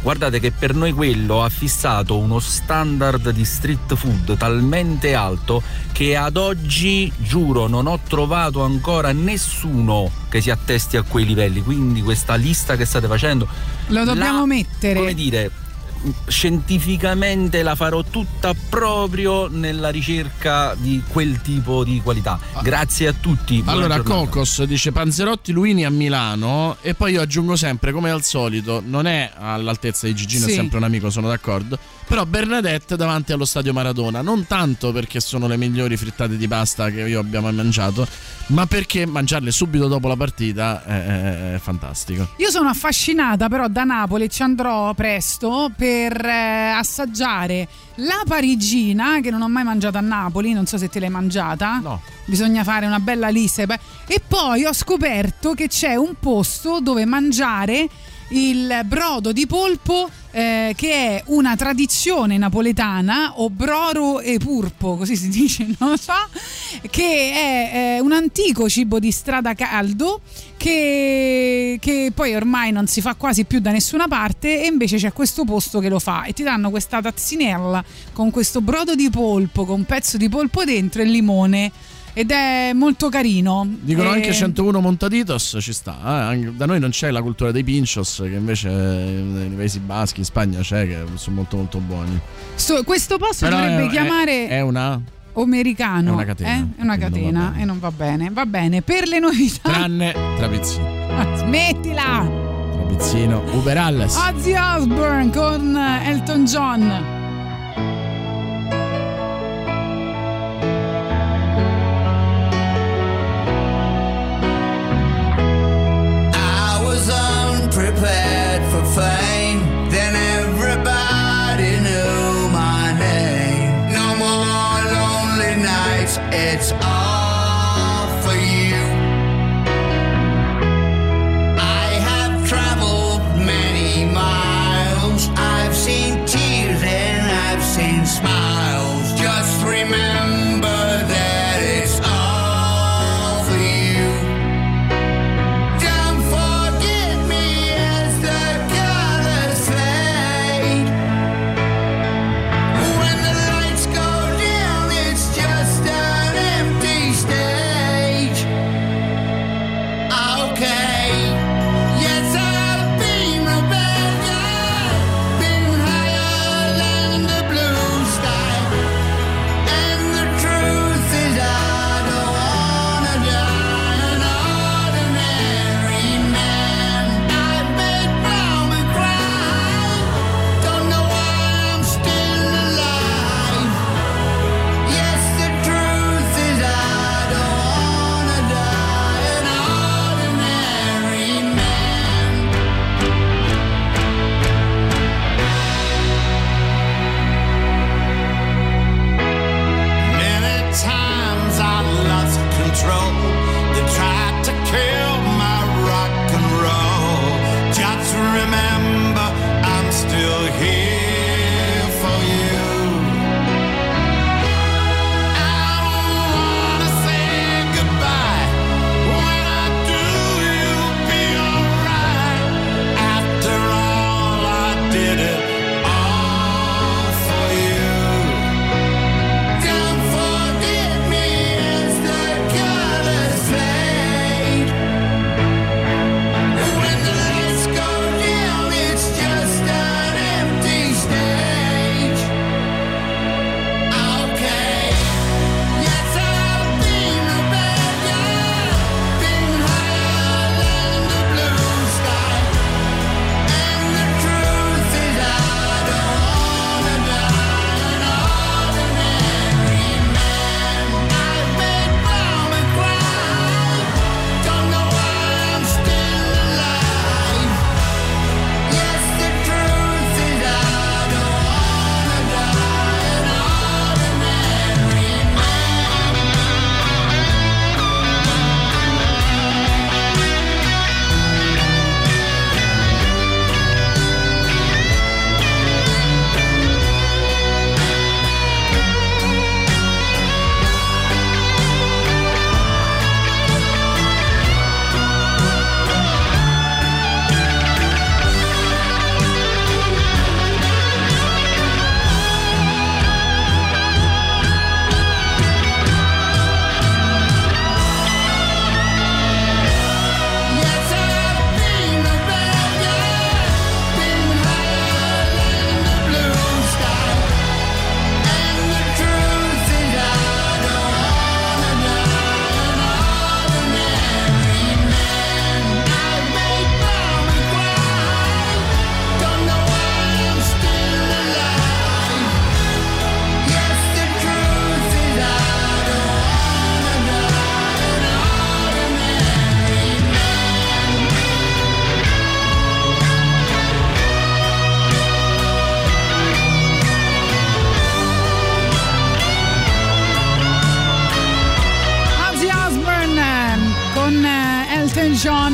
guardate che per noi quello ha fissato uno standard di street food talmente alto che ad oggi, giuro, non ho trovato ancora nessuno che si attesti a quei livelli. Quindi questa lista che state facendo lo dobbiamo mettere, come dire, scientificamente la farò tutta proprio nella ricerca di quel tipo di qualità. Grazie a tutti. Allora Cocos dice Panzerotti Luini a Milano, e poi io aggiungo sempre, come al solito, non è all'altezza di Gigino, è sempre un amico, sono d'accordo, però Bernadette davanti allo stadio Maradona, non tanto perché sono le migliori frittate di pasta che io abbia mai mangiato, ma perché mangiarle subito dopo la partita è fantastico. Io sono affascinata però da Napoli, ci andrò presto per assaggiare la parigina, che non ho mai mangiato a Napoli, non so se te l'hai mangiata. No. Bisogna fare una bella lista. E poi ho scoperto che c'è un posto dove mangiare il brodo di polpo, che è una tradizione napoletana, o broro e purpo, così si dice, non lo so, che è un antico cibo di strada caldo che poi ormai non si fa quasi più da nessuna parte, e invece c'è questo posto che lo fa, e ti danno questa tazzinella con questo brodo di polpo, con un pezzo di polpo dentro e limone, ed è molto carino. Dicono anche 101 Montaditos, ci sta, da noi non c'è la cultura dei pinchos, che invece nei Paesi Baschi, in Spagna c'è, che sono molto molto buoni. Questo posto però dovrebbe chiamare è una americano, è una catena, è una catena, e non va bene. Va bene, per le novità tranne Trapezzino. Smettila Trapezzino, Uber Alles, Ozzy Osbourne con Elton John. Prepared for fame, then everybody knew my name. No more lonely nights, it's all for you. I have traveled many miles, I've seen tears and I've seen smiles. Just remember that it's all for you. Sky.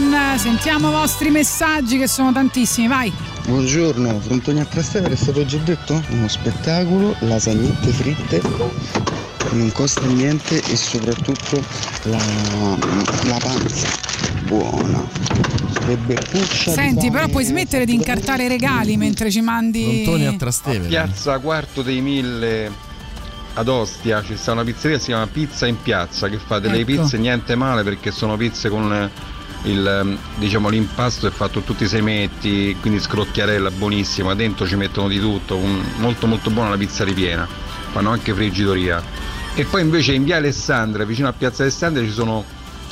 Sentiamo i vostri messaggi che sono tantissimi, vai. Buongiorno, Frontoni a Trastevere è stato già detto? Uno spettacolo, lasagnette fritte, non costa niente e soprattutto la panza buona. Senti, però puoi smettere di incartare regali mentre ci mandi. Frontoni a Trastevere. A Piazza Quarto dei Mille ad Ostia ci sta una pizzeria che si chiama Pizza in Piazza, che fa delle pizze niente male, perché sono pizze con l'impasto è fatto tutti i semetti, quindi scrocchiarella buonissima, dentro ci mettono di tutto, molto molto buona la pizza ripiena, fanno anche friggitoria. E poi invece in via Alessandria, vicino a Piazza Alessandria, ci sono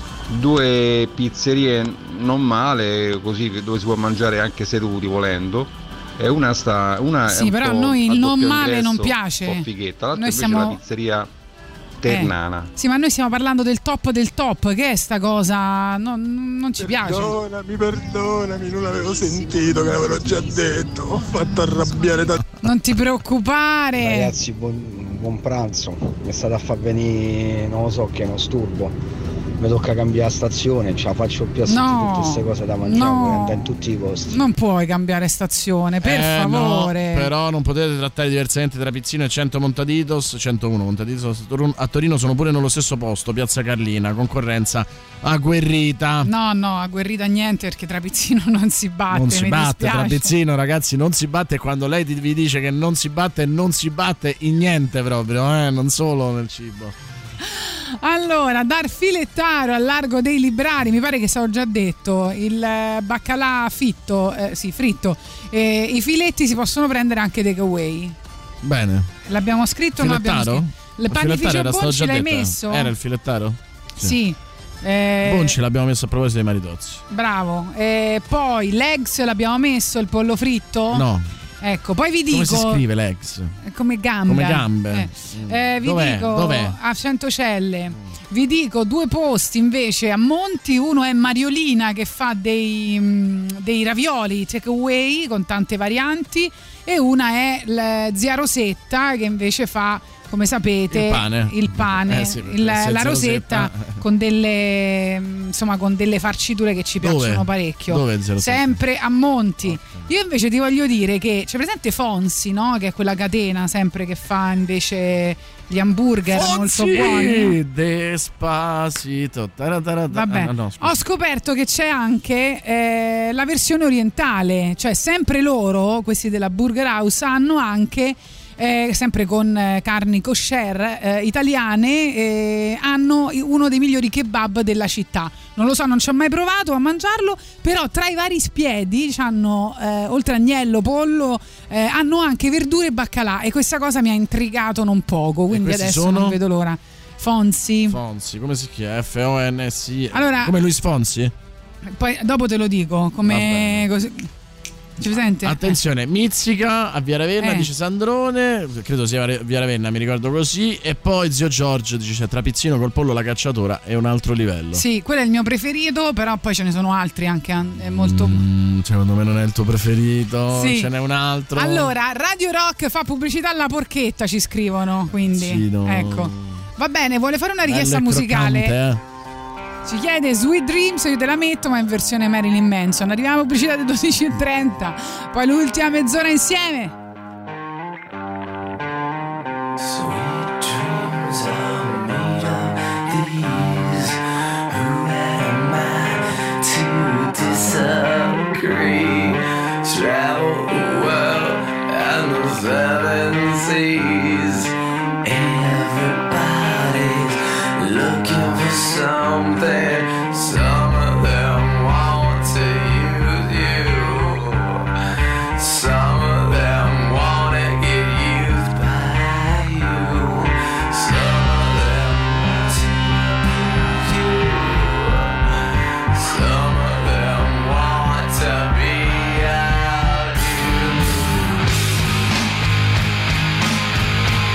2 pizzerie non male, così, dove si può mangiare anche seduti volendo. E una sì, però a noi il non male non piace. Un po' fighetta, l'altra noi invece siamo... la pizzeria Ternana. Sì, ma noi stiamo parlando del top, che è sta cosa, non ci piace. Perdonami, non l'avevo sentito, che l'avevo già detto, ho fatto arrabbiare tanto. Non ti preoccupare. Ragazzi, buon pranzo, mi è stato a far venire, non lo so, che è uno sturbo. Mi tocca cambiare stazione, ce la faccio più a sentire tutte queste cose da mangiare, andare in tutti i posti. Non puoi cambiare stazione, per favore. No, però non potete trattare diversamente tra Pizzino e 101 Montaditos. A Torino sono pure nello stesso posto, Piazza Carlina, concorrenza agguerrita. No, agguerrita niente, perché tra Pizzino non si batte. Non si batte, dispiace. tra Pizzino, ragazzi, non si batte. E quando lei vi dice che non si batte in niente proprio, non solo nel cibo. Allora, dal filettaro al largo dei librari, mi pare che sia già detto, il baccalà fritto, i filetti si possono prendere anche take away. Bene. L'abbiamo scritto o non abbiamo scritto? Il panificio Bonci l'hai messo? Era il filettaro? Sì. Bonci l'abbiamo messo a proposito dei maritozzi. Bravo. Poi l'eggs l'abbiamo messo, il pollo fritto? No. Ecco, poi vi dico. Come si scrive l'ex? Come gambe. Vi dico dov'è? a Centocelle. Vi dico 2 posti invece a Monti. Uno è Mariolina, che fa dei ravioli take away con tante varianti, e una è Zia Rosetta, che invece fa, come sapete, il pane sì, la Rosetta con delle farciture che ci piacciono parecchio. Dove sempre a Monti. Okay. Io invece ti voglio dire che c'è presente Fonsi, no? Che è quella catena sempre che fa invece gli hamburger molto buoni. Despacito. Vabbè, ho scoperto che c'è anche la versione orientale, cioè sempre loro, questi della Burger House, hanno anche sempre con carni kosher italiane, hanno uno dei migliori kebab della città. Non lo so, non ci ho mai provato a mangiarlo, però tra i vari spiedi hanno oltre agnello, pollo, hanno anche verdure e baccalà, e questa cosa mi ha intrigato non poco, quindi adesso non vedo l'ora. Fonsi, come si chiama? Fonsi. Allora, come Luis Fonsi? Poi dopo te lo dico, come così. Ci presente? Attenzione, Mizzica a Via Ravenna, dice Sandrone, credo sia Via Ravenna, mi ricordo così. E poi Zio Giorgio dice tra Pizzino col pollo la cacciatora è un altro livello. Sì, quello è il mio preferito, però poi ce ne sono altri anche molto. Secondo me non è il tuo preferito, sì. Ce n'è un altro. Allora, Radio Rock fa pubblicità alla porchetta, ci scrivono, quindi sì, no. Ecco. Va bene, vuole fare una richiesta musicale? Croccante, Ci chiede Sweet Dreams, io te la metto, ma in versione Marilyn Manson. Arriviamo alla pubblicità alle 12:30, poi l'ultima mezz'ora insieme. Sweet dreams are made of these. Who am I to disagree? Travel the world and the seven seas. Everybody's looking for something. Some of them want to use you. Some of them want to get used by you. Some of them want to use you. Some of them want to be out you.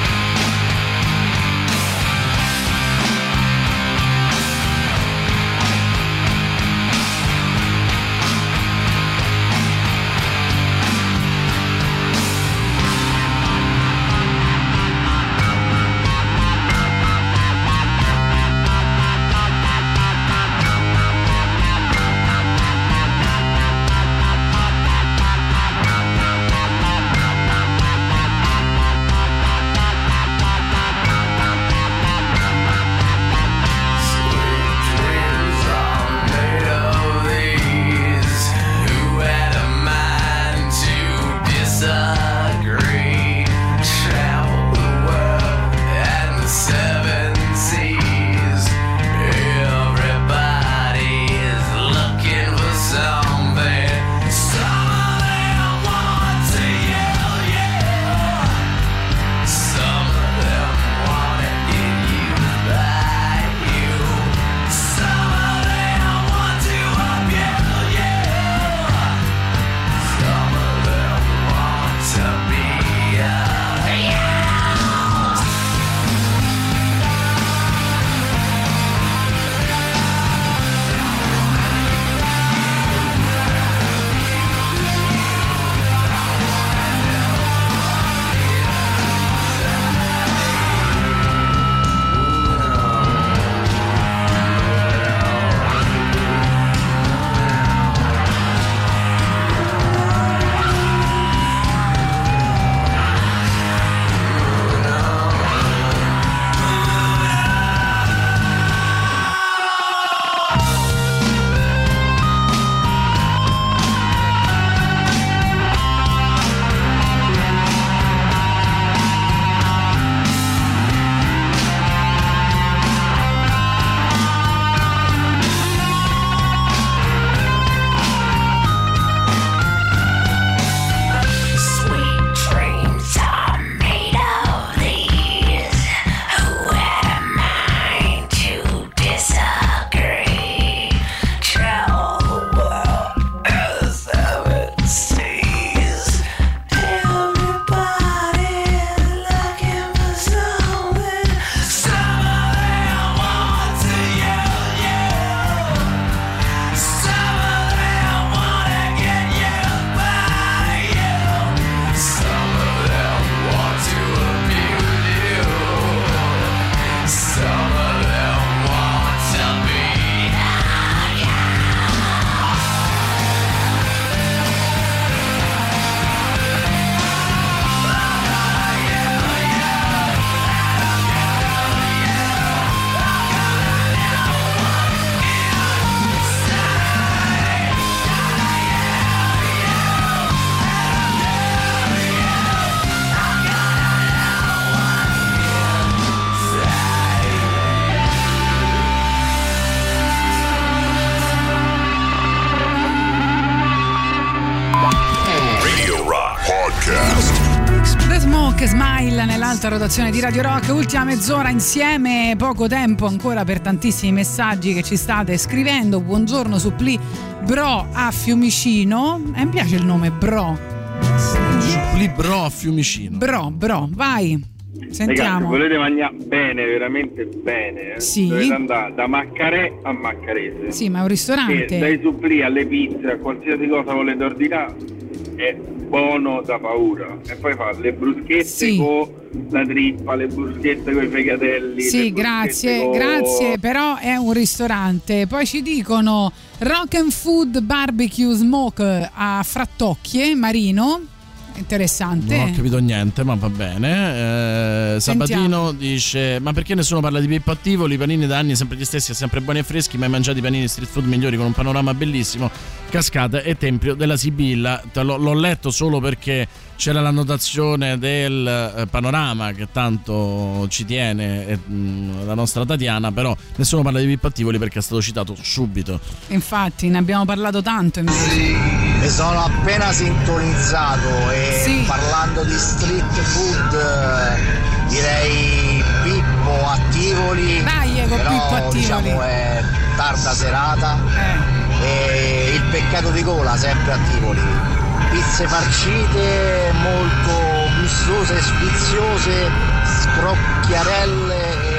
Smile nell'alta rotazione di Radio Rock, ultima mezz'ora insieme, poco tempo ancora per tantissimi messaggi che ci state scrivendo. Buongiorno Suppli Bro a Fiumicino, mi piace il nome Bro. Suppli Bro a Fiumicino. Bro, vai. Sentiamo. Ragazzi, volete mangiare bene, veramente bene? Sì. Dovete andare da Maccarè a Maccarese. Sì, ma è un ristorante. E dai supplì alle pizze, a qualsiasi cosa volete ordinare, è buono da paura. E poi fa le bruschette con la trippa, le bruschette con i fegatelli. Sì, grazie, però è un ristorante. Poi ci dicono Rock and Food Barbecue Smoke a Frattocchie, Marino. Interessante. Non ho capito niente, ma va bene. Sabatino dice: ma perché nessuno parla di Pippo Attivoli? I panini da anni sempre gli stessi, sempre buoni e freschi, ma hai mangiato i panini street food migliori con un panorama bellissimo, cascate e tempio della Sibilla. L'ho letto solo perché c'era l'annotazione del panorama che tanto ci tiene la nostra Tatiana, però nessuno parla di Pippo Attivoli perché è stato citato subito. Infatti ne abbiamo parlato tanto invece. Mi sono appena sintonizzato e parlando di street food direi Pippo Attivoli. Dai, però Pippo Attivoli. Diciamo è tarda serata e il peccato di gola sempre Attivoli. Pizze farcite molto gustose, sfiziose, scrocchiarelle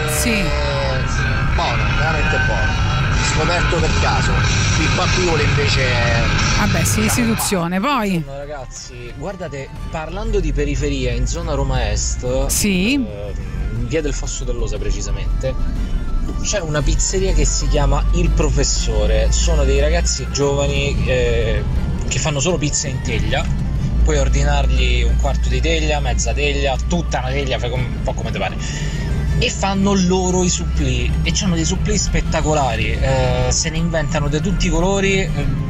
buono, veramente buono. Scoperto per caso. Pippo Attivoli invece è... Vabbè, sì, istituzione. Poi buongiorno ragazzi, guardate, parlando di periferia in zona Roma Est, in via del Fosso dell'Osa precisamente, c'è una pizzeria che si chiama Il Professore. Sono dei ragazzi giovani che fanno solo pizza in teglia. Puoi ordinargli un quarto di teglia, mezza teglia, tutta una teglia, fai un po' come te pare. E fanno loro i supplì e hanno dei supplì spettacolari, se ne inventano di tutti i colori,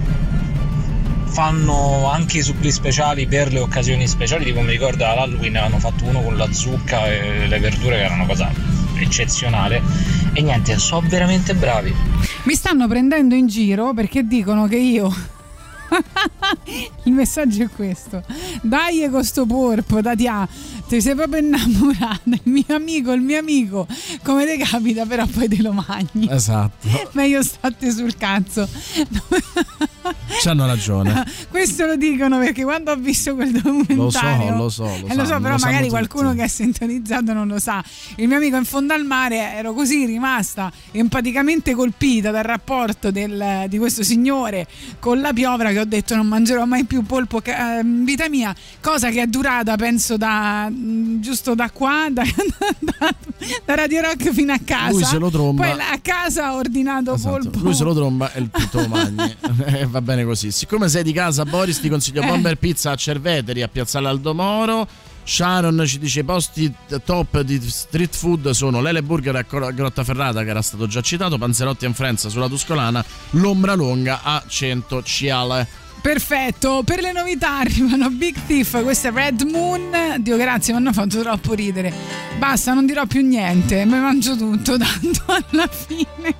fanno anche i supplì speciali per le occasioni speciali, tipo mi ricordo all'Halloween hanno fatto uno con la zucca e le verdure che era una cosa eccezionale. E niente, sono veramente bravi. Mi stanno prendendo in giro perché dicono che io il messaggio è questo: dai con sto porpo, Tatiana, ti sei proprio innamorata, il mio amico, come te capita, però poi te lo mangi. Esatto. Meglio state sul cazzo. C'hanno ragione. Questo lo dicono perché quando ho visto quel documentario lo so, però magari qualcuno tutti. che è sintonizzato non lo sa. Il mio amico in fondo al mare, ero così rimasta empaticamente colpita dal rapporto di questo signore con la piovra che ho detto non mangerò mai più polpo in vita mia, cosa che è durata penso giusto da qua da Radio Rock fino a casa. Lui se lo tromba, poi a casa ho ordinato polpo. Lui se lo tromba e il tutto lo mangi. Va bene così. Siccome sei di casa, Boris, ti consiglio Bomber Pizza a Cerveteri, a Piazzale Aldomoro. Sharon ci dice: i posti top di street food sono Lele Burger a Grottaferrata, che era stato già citato, Panzerotti and Friends sulla Tuscolana, l'Ombra Longa a 100 Ciale. Perfetto, per le novità arrivano Big Thief, questa è Red Moon. Dio grazie, mi hanno fatto troppo ridere. Basta, non dirò più niente, mi mangio tutto, tanto alla fine.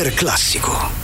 super classico.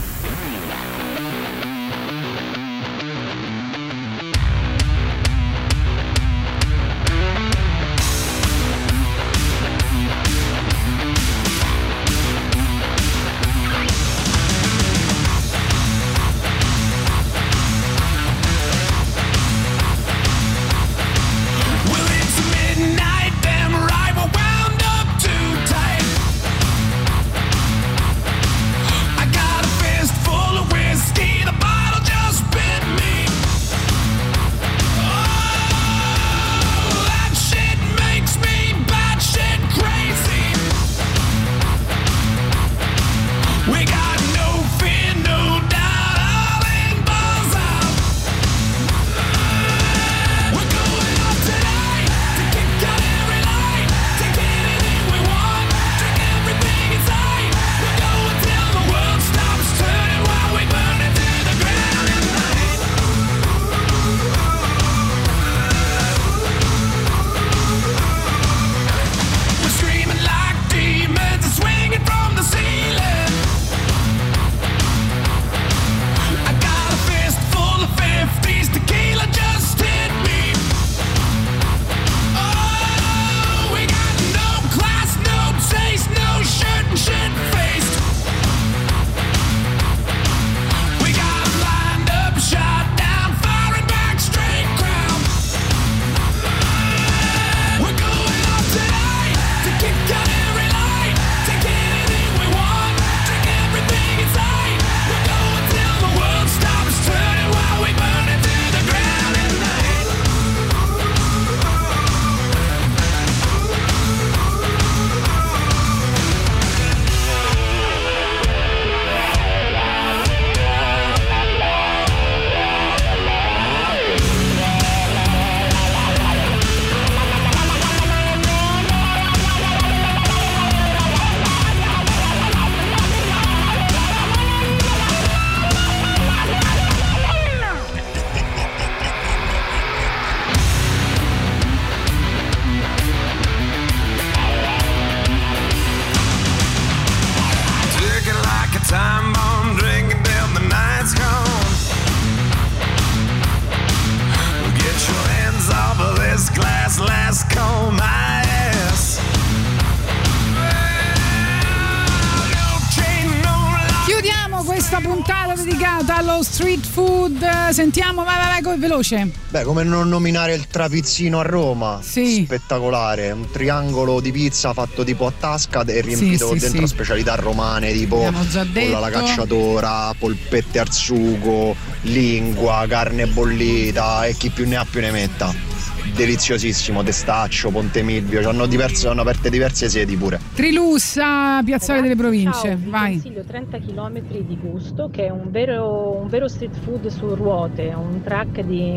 Street food, sentiamo, vai, veloce. Beh, come non nominare il trapizzino a Roma? Sì. Spettacolare, un triangolo di pizza fatto tipo a tasca e riempito dentro specialità romane tipo pollo alla cacciatora, polpette al sugo, lingua, carne bollita e chi più ne ha più ne metta. Deliziosissimo, Testaccio, Ponte Milvio, hanno aperte diverse sedi pure. Trilussa, Piazzale delle Province, ciao, vai. Vi consiglio 30 km di gusto, che è un vero street food su ruote, un track di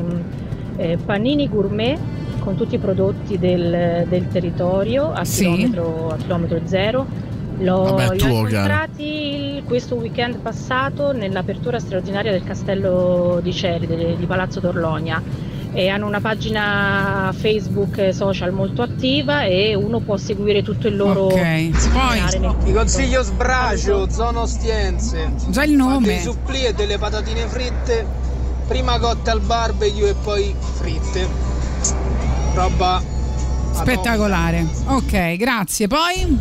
panini gourmet con tutti i prodotti del territorio a chilometro zero. Li ho incontrati questo weekend passato nell'apertura straordinaria del Castello di Ceri, di Palazzo Torlonia. E hanno una pagina Facebook social molto attiva e uno può seguire tutto il loro Ti consiglio Sbracio, zona Ostiense. Già il nome. Dei supplì e delle patatine fritte, prima cotte al barbecue e poi fritte. Roba spettacolare. Ok, grazie. Poi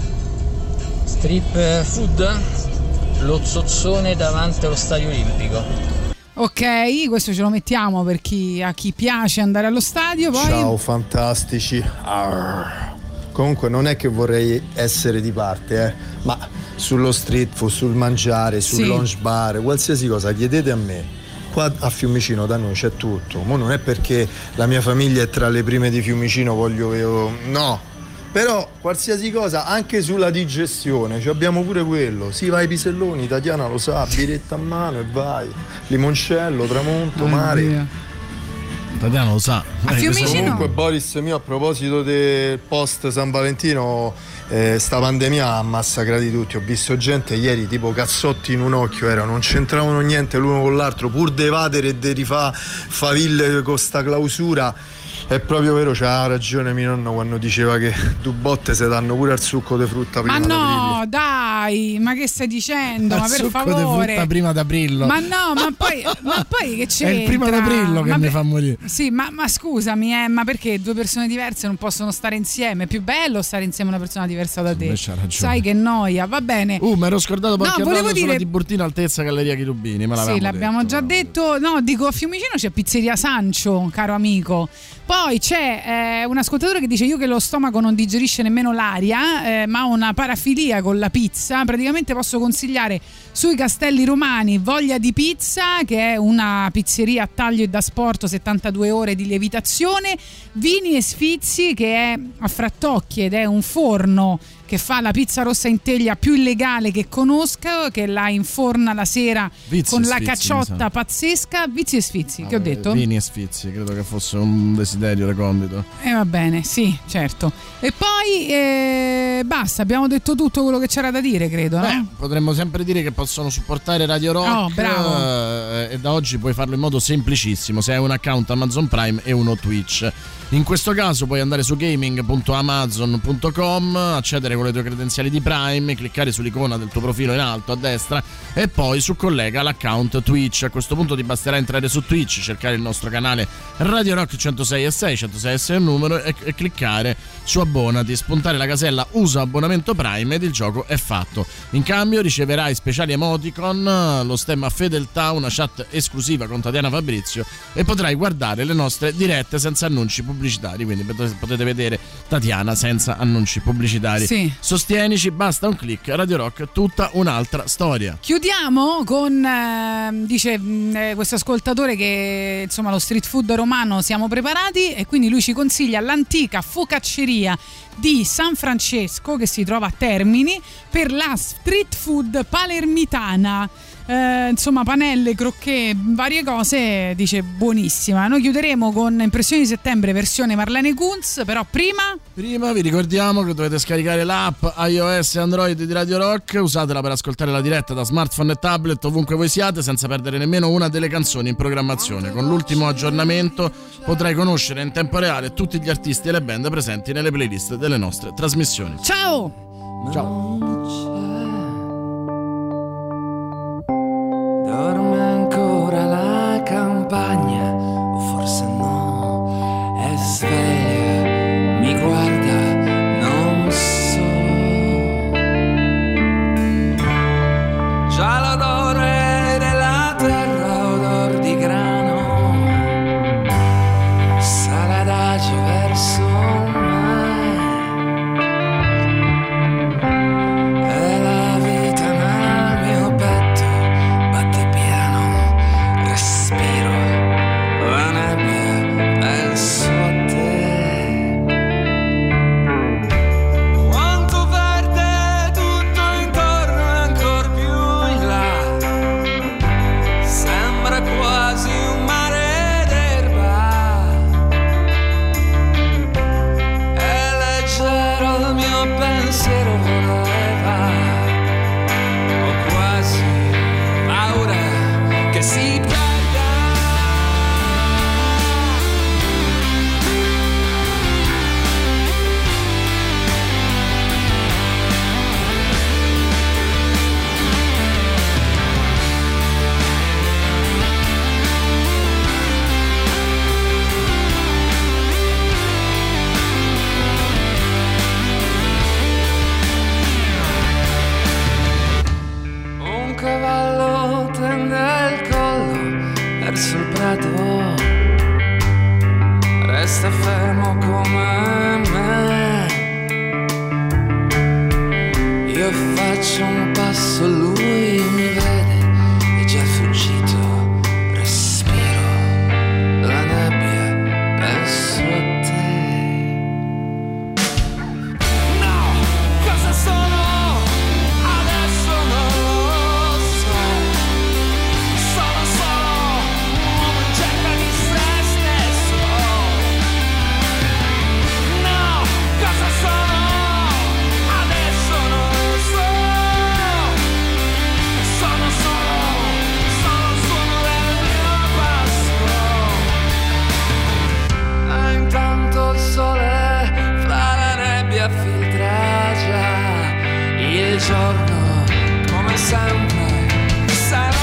Strip food, lo zozzone davanti allo Stadio Olimpico. Ok, questo ce lo mettiamo per a chi piace andare allo stadio. Poi... Ciao fantastici. Comunque non è che vorrei essere di parte, ma sullo street food, sul mangiare, sul lounge bar, qualsiasi cosa chiedete a me. Qua a Fiumicino da noi c'è tutto. Mo non è perché la mia famiglia è tra le prime di Fiumicino no. Però qualsiasi cosa, anche sulla digestione, abbiamo pure quello. Si va ai piselloni, Tatiana lo sa, biretta a mano e vai. Limoncello, tramonto, mare. Tatiana lo sa. Comunque Boris mio, a proposito del post San Valentino, sta pandemia ha massacrati tutti. Ho visto gente ieri tipo cazzotti in un occhio, non c'entravano niente l'uno con l'altro, pur de evadere e de rifà faville con sta clausura. È proprio vero, c'ha ragione mio nonno quando diceva che due botte se danno pure al succo di frutta prima. Ma no, dai, dai, ma che stai dicendo? Ma per favore. Frutta prima d'aprile. Ma no, ma poi che c'entra? È il primo d'aprile che mi fa morire. Sì, ma scusami, ma perché due persone diverse non possono stare insieme? È più bello stare insieme a una persona diversa da te. Sai che noia, va bene. Mi ero scordato qualche volta sulla Tiburtina Altezza Galleria Cherubini. Sì, l'abbiamo già detto. No, dico, a Fiumicino c'è Pizzeria Sancio, caro amico. Poi c'è un ascoltatore che dice: io che lo stomaco non digerisce nemmeno l'aria, ma ho una parafilia con la pizza, praticamente posso consigliare sui Castelli Romani Voglia di Pizza, che è una pizzeria a taglio e da sport, 72 ore di lievitazione, Vini e Sfizi, che è a Frattocchi ed è un forno che fa la pizza rossa in teglia più illegale che conosca, che la inforna la sera con la cacciotta pazzesca. Vizi e Sfizi, che ho detto? Vini e Sfizi, credo che fosse un desiderio recondito. Va bene, sì, certo. E poi basta, abbiamo detto tutto quello che c'era da dire, credo. No? Potremmo sempre dire che possono supportare Radio Rock. Bravo. E da oggi puoi farlo in modo semplicissimo, se hai un account Amazon Prime e uno Twitch. In questo caso puoi andare su gaming.amazon.com, accedere con le tue credenziali di Prime, cliccare sull'icona del tuo profilo in alto a destra e poi su collega l'account Twitch. A questo punto ti basterà entrare su Twitch, cercare il nostro canale Radio Rock 106.6, 106.6 è il numero, e cliccare su abbonati, spuntare la casella usa abbonamento Prime ed il gioco è fatto. In cambio riceverai speciali emoticon, lo stemma fedeltà, una chat esclusiva con Tatiana Fabrizio e potrai guardare le nostre dirette senza annunci pubblicitari, quindi potete vedere Tatiana senza annunci pubblicitari. Sì. Sostienici, basta un click. Radio Rock, tutta un'altra storia. Chiudiamo con dice questo ascoltatore che insomma lo street food romano siamo preparati, e quindi lui ci consiglia l'antica focacceria di San Francesco che si trova a Termini per la street food palermitana. Insomma, panelle, crocchè, varie cose, dice buonissima. Noi chiuderemo con Impressioni di settembre versione Marlene Kunz, però prima vi ricordiamo che dovete scaricare l'app iOS e Android di Radio Rock, usatela per ascoltare la diretta da smartphone e tablet ovunque voi siate senza perdere nemmeno una delle canzoni in programmazione. Con l'ultimo aggiornamento potrai conoscere in tempo reale tutti gli artisti e le band presenti nelle playlist delle nostre trasmissioni. Ciao! Dorme ancora la campagna, o forse no, è sveglia, mi guarda, non so. Già l'odore della terra, odor di grano, sale adagio verso me, e la vita nel mio petto batte piano, respiro la nebbia, penso a te. Quanto verde tutto intorno e ancor più in là, sembra quasi un mare d'erba, è leggero il mio pensiero voleva, ho quasi paura che si perda. Un cavallo tende il collo verso il prato, resta fermo come me. Io faccio un passo, lui mi vede, è già fuggito, respiro la nebbia, penso a te. No, cosa sono? Adesso non lo so. Sono solo un uomo in cerca di se stesso. No, cosa sono? Adesso non lo so. Sono solo il suono del mio passo. E intanto il sole fra la nebbia filtra già il giorno. sempre sarà.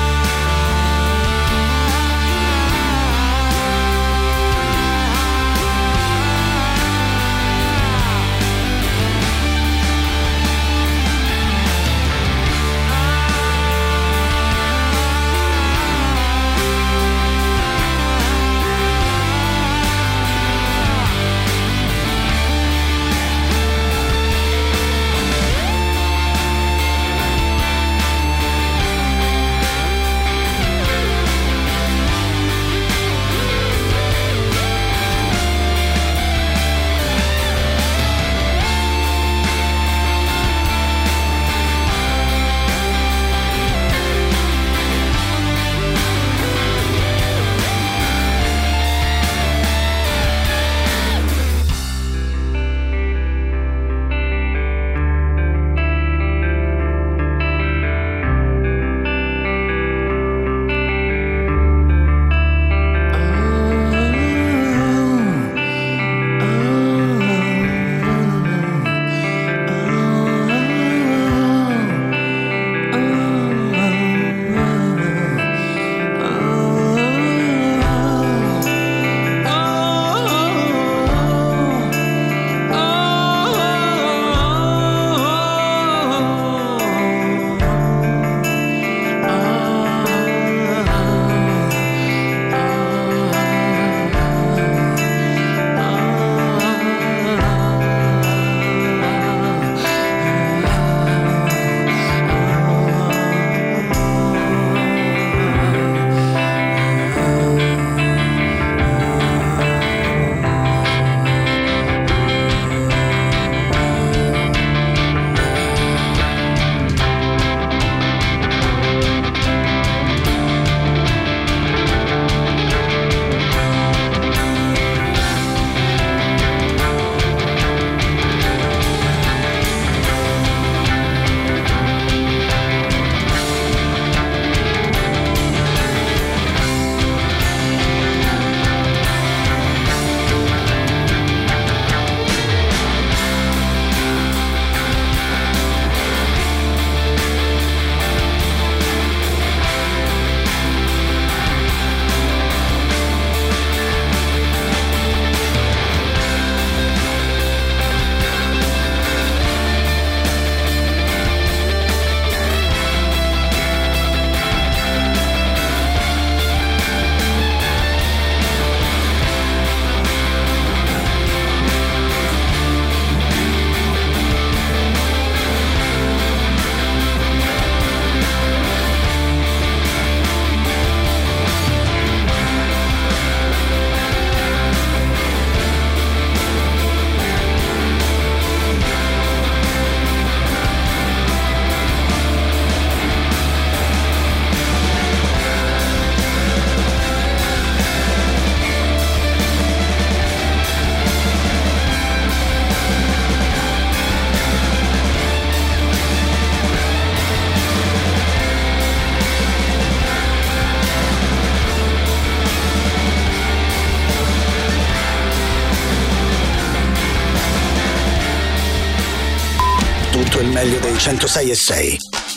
tutto il meglio dei 106.6.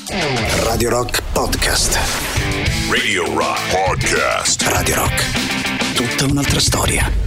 Radio Rock Podcast. Radio Rock Podcast. Radio Rock. Tutta un'altra storia.